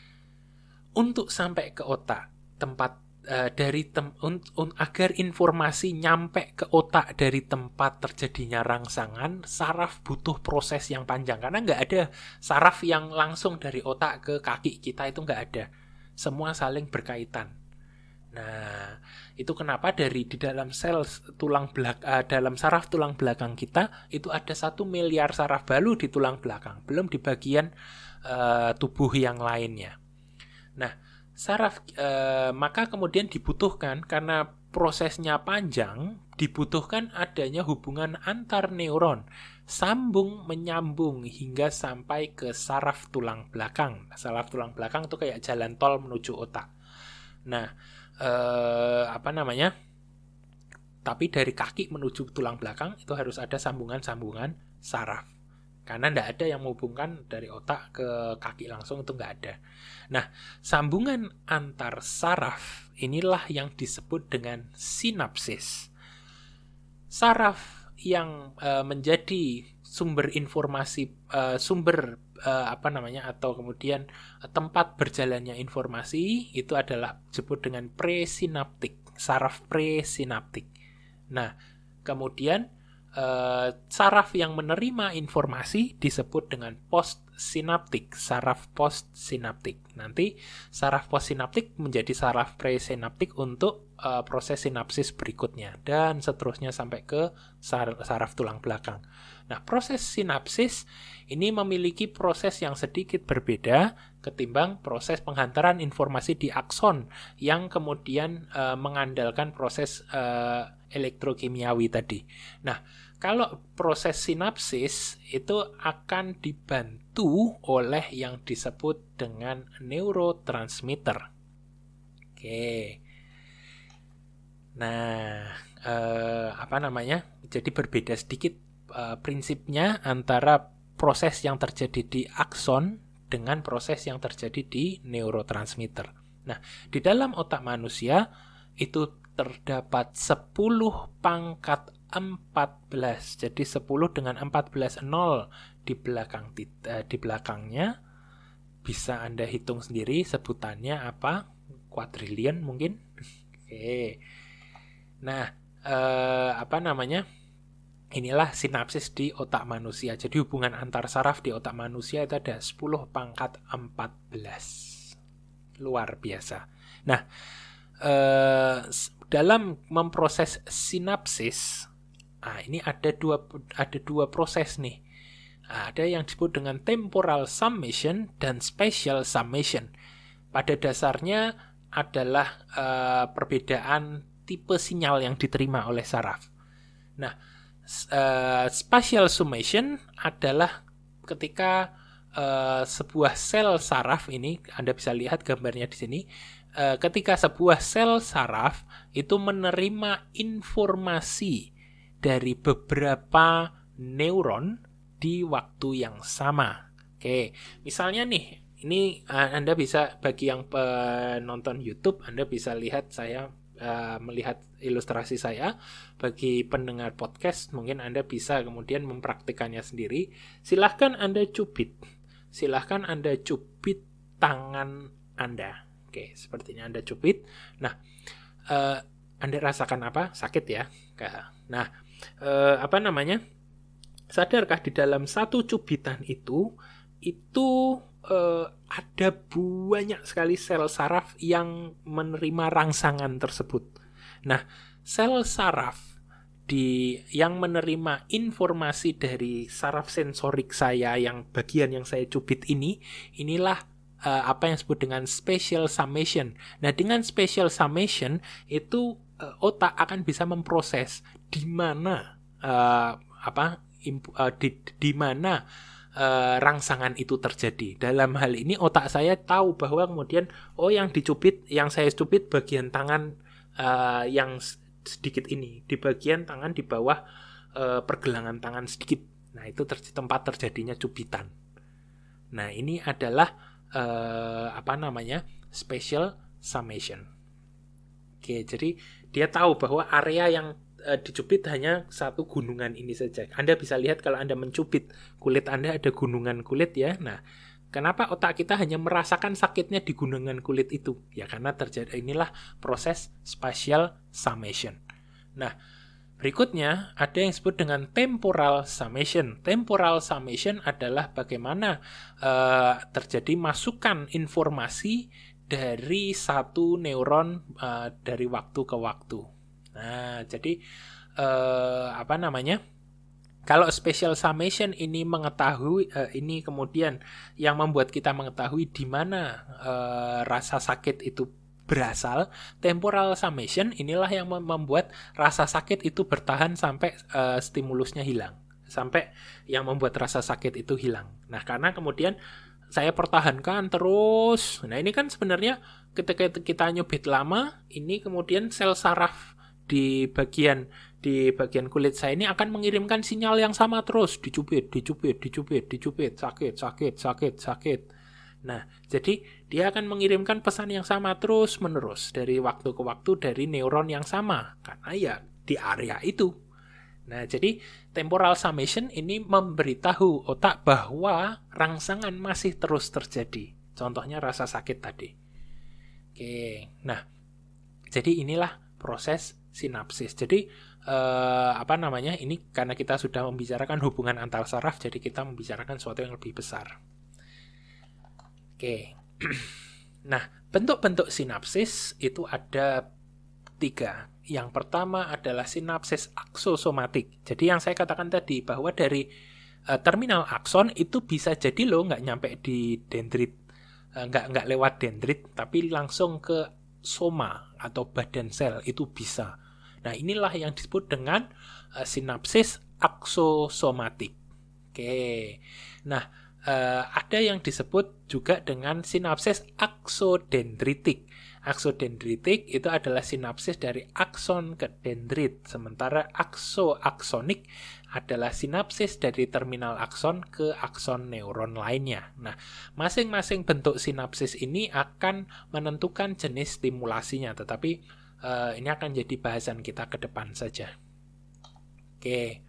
Untuk sampai ke otak, tempat uh, dari tem, un, un, agar informasi nyampe ke otak dari tempat terjadinya rangsangan, saraf butuh proses yang panjang. Karena nggak ada saraf yang langsung dari otak ke kaki kita, itu nggak ada. Semua saling berkaitan. Nah, itu kenapa dari di dalam sel tulang belak uh, dalam saraf tulang belakang kita itu ada satu miliar saraf balu di tulang belakang, belum di bagian uh, tubuh yang lainnya. Nah, saraf uh, maka kemudian dibutuhkan karena prosesnya panjang, dibutuhkan adanya hubungan antar neuron, sambung menyambung hingga sampai ke saraf tulang belakang. Saraf tulang belakang itu kayak jalan tol menuju otak. Nah, Eh, apa namanya? Tapi dari kaki menuju tulang belakang itu harus ada sambungan-sambungan saraf. Karena tidak ada yang menghubungkan dari otak ke kaki langsung, itu nggak ada. Nah, sambungan antar saraf inilah yang disebut dengan sinapsis. Saraf yang uh, menjadi sumber informasi, uh, sumber uh, apa namanya, atau kemudian uh, tempat berjalannya informasi itu adalah disebut dengan presinaptik, saraf presinaptik. Nah, kemudian uh, saraf yang menerima informasi disebut dengan postsinaptik, saraf postsinaptik. Nanti saraf postsinaptik menjadi saraf presinaptik untuk uh, proses sinapsis berikutnya dan seterusnya sampai ke sar- saraf tulang belakang. Nah, proses sinapsis ini memiliki proses yang sedikit berbeda ketimbang proses penghantaran informasi di akson yang kemudian uh, mengandalkan proses uh, elektrokimiawi tadi. Nah, kalau proses sinapsis itu akan dibantu oleh yang disebut dengan neurotransmitter. Oke. Nah, uh, apa namanya? Jadi berbeda sedikit Uh, prinsipnya antara proses yang terjadi di akson dengan proses yang terjadi di neurotransmitter. Nah, di dalam otak manusia itu terdapat sepuluh pangkat empat belas. Jadi sepuluh dengan empat belas nol di belakang uh, di belakangnya. Bisa Anda hitung sendiri sebutannya apa? Kuadrilion mungkin. Oke. Nah, uh, apa namanya? Inilah sinapsis di otak manusia. Jadi hubungan antar saraf di otak manusia itu ada sepuluh pangkat empat belas. Luar biasa. Nah, eh, dalam memproses sinapsis, nah ini ada dua ada dua proses nih. Nah, ada yang disebut dengan temporal summation dan spatial summation. Pada dasarnya adalah eh, perbedaan tipe sinyal yang diterima oleh saraf. Nah, Uh, spatial summation adalah ketika uh, sebuah sel saraf ini, Anda bisa lihat gambarnya di sini, uh, ketika sebuah sel saraf itu menerima informasi dari beberapa neuron di waktu yang sama. Oke, misalnya nih, ini uh, Anda bisa, bagi yang penonton YouTube, Anda bisa lihat saya Uh, melihat ilustrasi saya. Bagi pendengar podcast mungkin Anda bisa kemudian mempraktikannya sendiri. Silahkan Anda cubit silahkan Anda cubit tangan Anda. Oke, sepertinya Anda cubit. Nah, uh, Anda rasakan apa? Sakit ya. Nah, uh, apa namanya, sadarkah di dalam satu cubitan itu itu Uh, ada banyak sekali sel saraf yang menerima rangsangan tersebut. Nah, sel saraf di yang menerima informasi dari saraf sensorik saya yang bagian yang saya cubit ini, inilah uh, apa yang disebut dengan spatial summation. Nah, dengan spatial summation itu uh, otak akan bisa memproses di mana uh, apa impu, uh, di, di mana Uh, rangsangan itu terjadi. Dalam hal ini otak saya tahu bahwa kemudian oh yang dicubit, yang saya cubit bagian tangan uh, yang sedikit ini, di bagian tangan di bawah uh, pergelangan tangan sedikit. Nah, itu ter- tempat terjadinya cubitan. Nah, ini adalah uh, apa namanya? Spatial summation. Oke, jadi dia tahu bahwa area yang uh, dicubit hanya satu gunungan ini saja. Anda bisa lihat kalau Anda mencubit kulit Anda ada gunungan kulit ya. Nah, kenapa otak kita hanya merasakan sakitnya di gunungan kulit itu? Ya karena terjadi inilah proses spatial summation. Nah, berikutnya ada yang disebut dengan temporal summation. Temporal summation adalah bagaimana uh, terjadi masukan informasi dari satu neuron uh, dari waktu ke waktu. Nah, jadi uh, apa namanya? Kalau spatial summation ini mengetahui uh, ini kemudian yang membuat kita mengetahui di mana uh, rasa sakit itu berasal, temporal summation inilah yang membuat rasa sakit itu bertahan sampai uh, stimulusnya hilang, sampai yang membuat rasa sakit itu hilang. Nah, karena kemudian saya pertahankan terus. Nah, ini kan sebenarnya ketika kita nyubit lama, ini kemudian sel saraf di bagian di bagian kulit saya ini akan mengirimkan sinyal yang sama terus, dicubit, dicubit, dicubit, dicubit, sakit, sakit, sakit, sakit. Nah, jadi dia akan mengirimkan pesan yang sama terus-menerus dari waktu ke waktu dari neuron yang sama, karena ya di area itu. Nah, jadi temporal summation ini memberitahu otak bahwa rangsangan masih terus terjadi. Contohnya rasa sakit tadi. Oke, nah, jadi inilah proses sinapsis. Jadi, eh, apa namanya, ini karena kita sudah membicarakan hubungan antar saraf, jadi kita membicarakan sesuatu yang lebih besar. Oke, nah, bentuk-bentuk sinapsis itu ada tiga. Yang pertama adalah sinapsis aksosomatik. Jadi yang saya katakan tadi bahwa dari uh, terminal akson itu bisa jadi loh nggak nyampe di dendrit, uh, nggak nggak lewat dendrit, tapi langsung ke soma atau badan sel itu bisa. Nah, inilah yang disebut dengan uh, sinapsis aksosomatik. Oke, nah uh, ada yang disebut juga dengan sinapsis aksodendritik. Aksodendritik itu adalah sinapsis dari akson ke dendrit, sementara aksoaksonik adalah sinapsis dari terminal akson ke akson neuron lainnya. Nah, masing-masing bentuk sinapsis ini akan menentukan jenis stimulasinya, tetapi uh, ini akan jadi bahasan kita ke depan saja. Oke,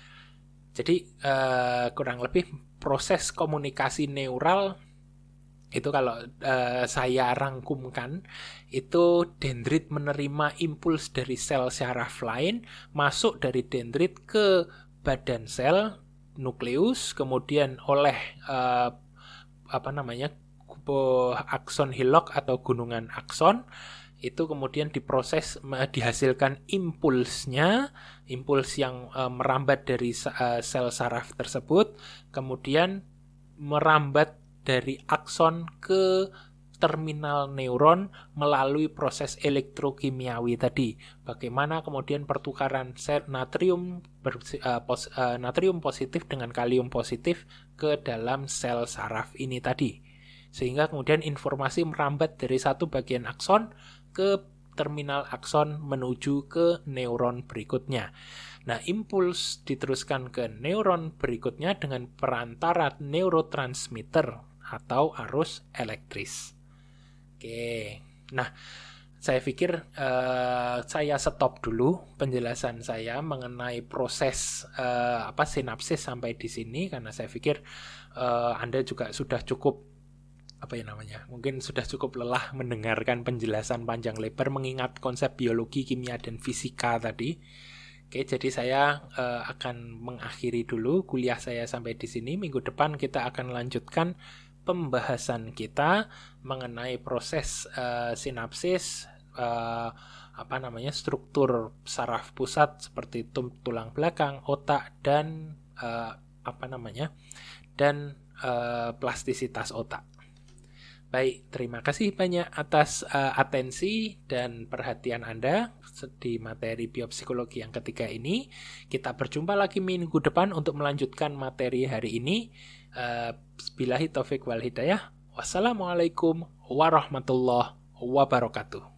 jadi uh, kurang lebih proses komunikasi neural itu kalau uh, saya rangkumkan, itu dendrit menerima impuls dari sel saraf lain, masuk dari dendrit ke badan sel, nukleus, kemudian oleh uh, apa namanya akson hilok atau gunungan akson, itu kemudian diproses, dihasilkan impulsnya, impuls yang uh, merambat dari uh, sel saraf tersebut, kemudian merambat dari akson ke terminal neuron melalui proses elektrokimiawi tadi. Bagaimana kemudian pertukaran sel natrium ber, uh, pos, uh, natrium positif dengan kalium positif ke dalam sel saraf ini tadi. Sehingga kemudian informasi merambat dari satu bagian akson ke terminal akson menuju ke neuron berikutnya. Nah, impuls diteruskan ke neuron berikutnya dengan perantara neurotransmitter atau arus elektris. Oke, nah saya pikir uh, saya stop dulu penjelasan saya mengenai proses uh, apa sinapsis sampai di sini, karena saya pikir uh, Anda juga sudah cukup apa ya namanya, mungkin sudah cukup lelah mendengarkan penjelasan panjang lebar mengingat konsep biologi, kimia, dan fisika tadi. Oke, jadi saya uh, akan mengakhiri dulu kuliah saya sampai di sini. Minggu depan kita akan lanjutkan pembahasan kita mengenai proses uh, sinapsis, uh, apa namanya, struktur saraf pusat seperti tulang belakang, otak, dan uh, apa namanya, dan uh, plastisitas otak. Baik, terima kasih banyak atas uh, atensi dan perhatian Anda di materi biopsikologi yang ketiga ini. Kita berjumpa lagi minggu depan untuk melanjutkan materi hari ini. Uh, billahi taufik wal hidayah. Wassalamualaikum warahmatullahi wabarakatuh.